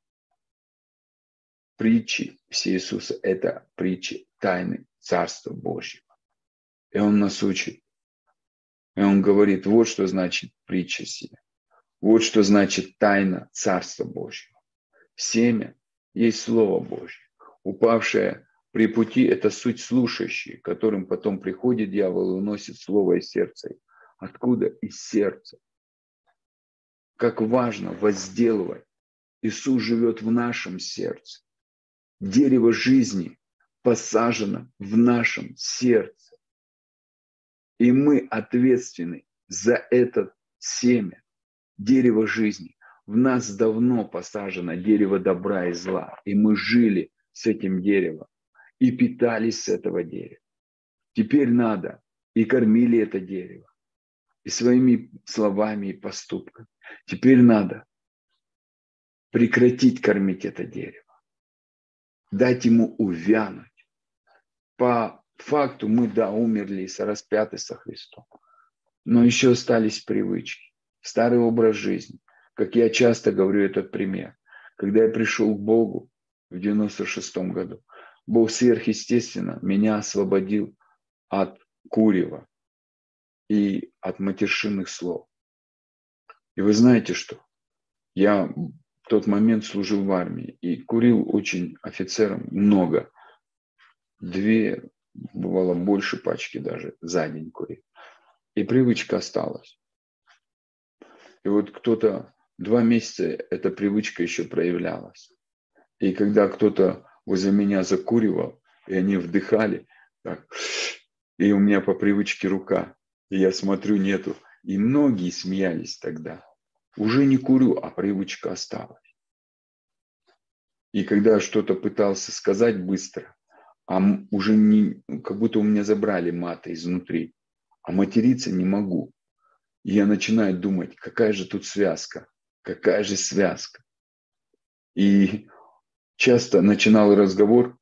Притчи все Иисуса – это притчи тайны Царства Божьего. И Он нас учит. И Он говорит: вот что значит притча сия. Вот что значит тайна Царства Божьего. Семя есть Слово Божье. Упавшее при пути – это суть слушающие, которым потом приходит дьявол и уносит Слово из сердца. Откуда? Из сердца. Как важно возделывать. Иисус живет в нашем сердце. Дерево жизни посажено в нашем сердце. И мы ответственны за это семя, дерево жизни. В нас давно посажено дерево добра и зла. И мы жили с этим деревом и питались с этого дерева. Теперь надо и кормили это дерево. И своими словами и поступками. Теперь надо прекратить кормить это дерево. Дать ему увянуть. По факту мы, да, умерли и распяты со Христом. Но еще остались привычки, старый образ жизни. Как я часто говорю этот пример. Когда я пришел к Богу в 96-м году, Бог сверхъестественно меня освободил от курева и от матершинных слов. И вы знаете что? Я в тот момент служил в армии и курил очень офицерам много. 2, бывало больше пачки даже за день курил. И привычка осталась. И вот кто-то 2 месяца эта привычка еще проявлялась. И когда кто-то возле меня закуривал, и они вдыхали, так, и у меня по привычке рука, и я смотрю, нету. И многие смеялись тогда. Уже не курю, а привычка осталась. И когда что-то пытался сказать быстро, а уже не, как будто у меня забрали маты изнутри, а материться не могу. И я начинаю думать, какая же тут связка, какая же связка. И часто начинал разговор,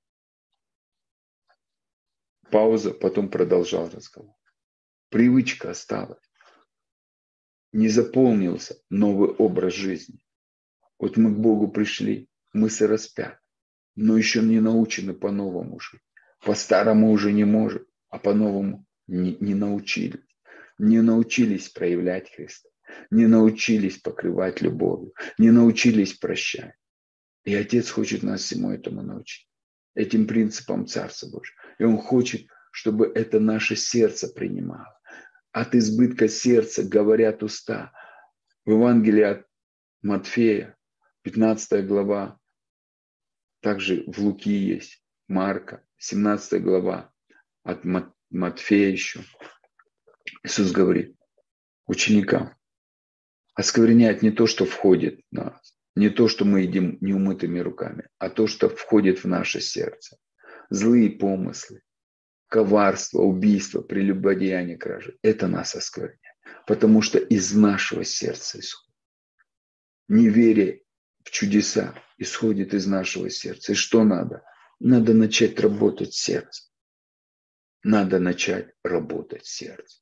пауза, потом продолжал разговор. Привычка осталась. Не заполнился новый образ жизни. Вот мы к Богу пришли, мы распят, но еще не научены по-новому жить. По-старому уже не можем, а по-новому не научились. Не научились проявлять Христа, не научились покрывать любовью, не научились прощать. И Отец хочет нас всему этому научить, этим принципам Царства Божьего. И Он хочет, чтобы это наше сердце принимало. От избытка сердца говорят уста. В Евангелии от Матфея, 15 глава, также в Луки есть, Марка, 17 глава, от Матфея еще. Иисус говорит ученикам: оскверняет не то, что входит в нас, не то, что мы едим неумытыми руками, а то, что входит в наше сердце. Злые помыслы, коварство, убийство, прелюбодеяние, кражи. Это нас оскверняет, потому что из нашего сердца исходит. Неверие в чудеса исходит из нашего сердца. И что надо? Надо начать работать сердцем. Надо начать работать сердцем.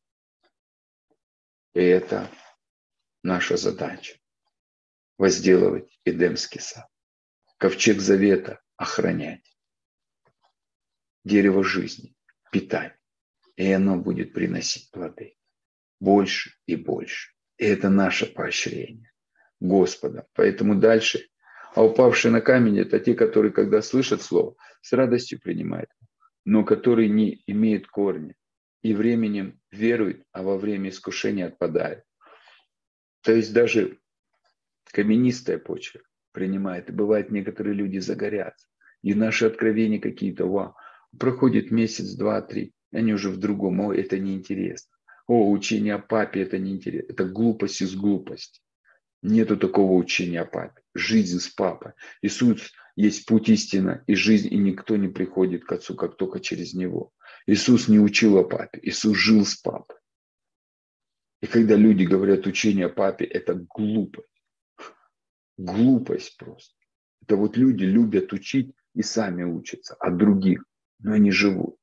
И это наша задача. Возделывать Эдемский сад. Ковчег Завета охранять. Дерево жизни питать. И оно будет приносить плоды. Больше и больше. И это наше поощрение Господа. Поэтому дальше. А упавшие на камень — это те, которые, когда слышат слово, с радостью принимают, но которые не имеют корня. И временем веруют, а во время искушения отпадают. То есть даже каменистая почва принимает. И бывает, некоторые люди загорятся. И наши откровения какие-то, проходит месяц, два, три, они уже в другом. Это неинтересно. Учение о папе — это неинтересно. Это глупость из глупости. Нету такого учения о папе. Жизнь с папой. Иисус есть путь истина и жизнь, и никто не приходит к Отцу, как только через Него. Иисус не учил о папе. Иисус жил с папой. И когда люди говорят учение о папе, это глупость. Глупость просто. Это вот люди любят учить и сами учатся от других, но они живут.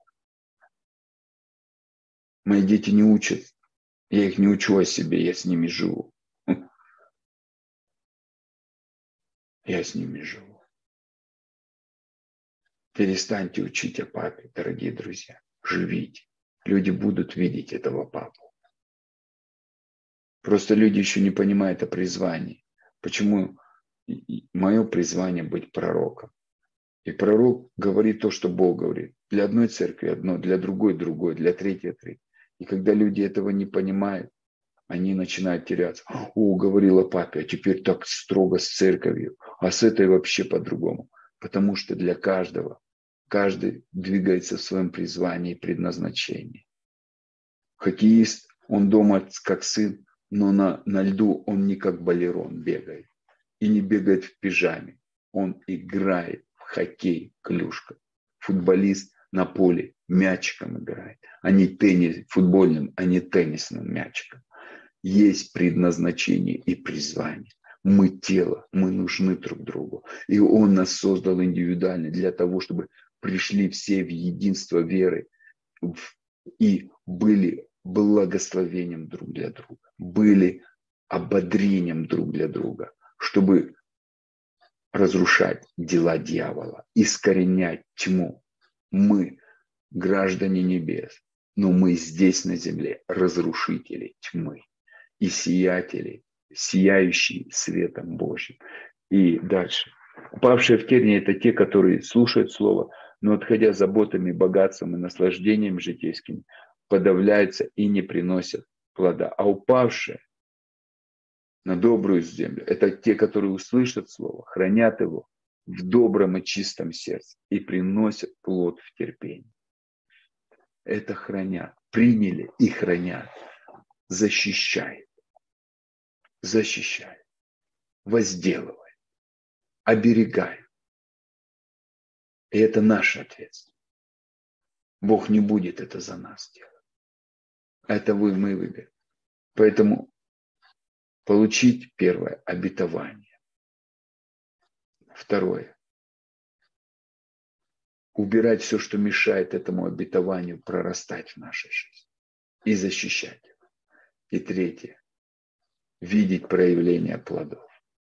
Мои дети не учат. Я их не учу о себе, я с ними живу. Я с ними живу. Перестаньте учить о папе, дорогие друзья. Живите. Люди будут видеть этого папу. Просто люди еще не понимают о призвании. Почему мое призвание быть пророком? И пророк говорит то, что Бог говорит. Для одной церкви одно, для другой другое, для третьей третье. И когда люди этого не понимают, они начинают теряться. Говорил о папе, а теперь так строго с церковью, а с этой вообще по-другому. Потому что для каждого, каждый двигается в своем призвании и предназначении. Хоккеист, он дома как сын, но на льду он не как балерон бегает. И не бегает в пижаме. Он играет в хоккей клюшкой. Футболист на поле мячиком играет. А не футбольным, а не теннисным мячиком. Есть предназначение и призвание. Мы тело, мы нужны друг другу. И Он нас создал индивидуально для того, чтобы пришли все в единство веры и были благословением друг для друга, были ободрением друг для друга, чтобы разрушать дела дьявола, искоренять тьму. Мы граждане небес, но мы здесь на земле разрушители тьмы и сиятели, сияющие светом Божьим. И дальше. Упавшие в тернии — это те, которые слушают Слово, но, отходя заботами, богатством и наслаждением житейским, подавляются и не приносят плода. А упавшие на добрую землю — это те, которые услышат Слово, хранят его в добром и чистом сердце и приносят плод в терпении. Это хранят, приняли и хранят, защищают, возделывают, оберегают. И это наша ответственность. Бог не будет это за нас делать. Это мы выберем. Поэтому получить первое – обетование. Второе – убирать все, что мешает этому обетованию прорастать в нашей жизни и защищать его. И третье – видеть проявление плодов.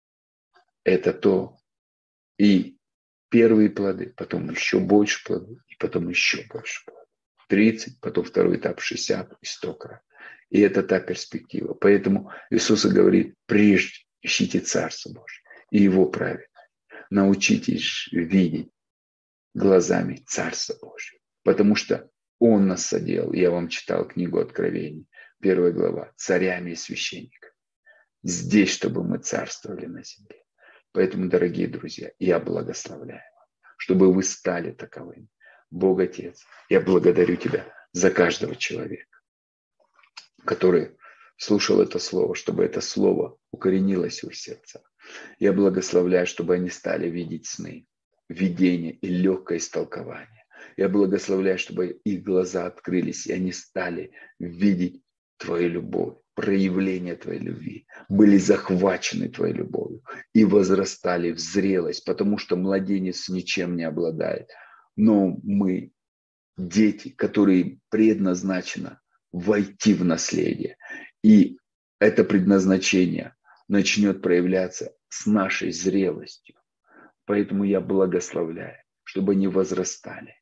Это то, и первые плоды, потом еще больше плодов, и потом еще больше плодов. 30, потом второй этап 60 и 100 крат. И это та перспектива. Поэтому Иисус говорит, прежде ищите Царство Божие и Его праведность. Научитесь видеть глазами Царство Божие. Потому что Он нас соделал. Я вам читал книгу Откровений, 1 глава, царями и священниками. Здесь, чтобы мы царствовали на земле. Поэтому, дорогие друзья, я благословляю вас, чтобы вы стали таковыми. Бог Отец, я благодарю Тебя за каждого человека, который слушал это слово, чтобы это слово укоренилось в их сердцах. Я благословляю, чтобы они стали видеть сны, видение и легкое истолкование. Я благословляю, чтобы их глаза открылись, и они стали видеть Твою любовь, проявление Твоей любви, были захвачены Твоей любовью и возрастали в зрелость, потому что младенец ничем не обладает. Но мы дети, которые предназначено войти в наследие. И это предназначение начнет проявляться с нашей зрелостью. Поэтому я благословляю, чтобы они возрастали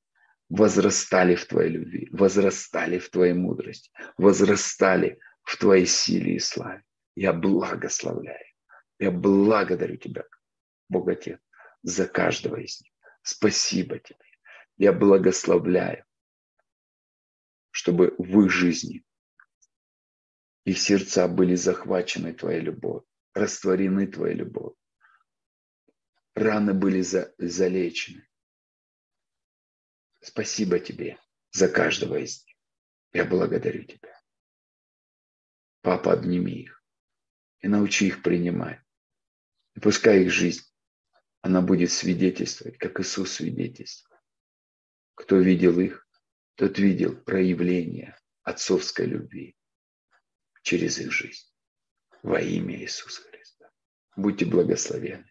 в Твоей любви, возрастали в Твоей мудрости, возрастали в Твоей силе и славе. Я благословляю. Я благодарю Тебя, Бог Отец, за каждого из них. Спасибо Тебе. Я благословляю, чтобы в их жизни их сердца были захвачены Твоей любовью, растворены Твоей любовью. Раны были залечены. Спасибо Тебе за каждого из них. Я благодарю Тебя. Папа, обними их и научи их принимать. И пускай их жизнь, она будет свидетельствовать, как Иисус свидетельствовал. Кто видел их, тот видел проявление отцовской любви через их жизнь. Во имя Иисуса Христа. Будьте благословенны.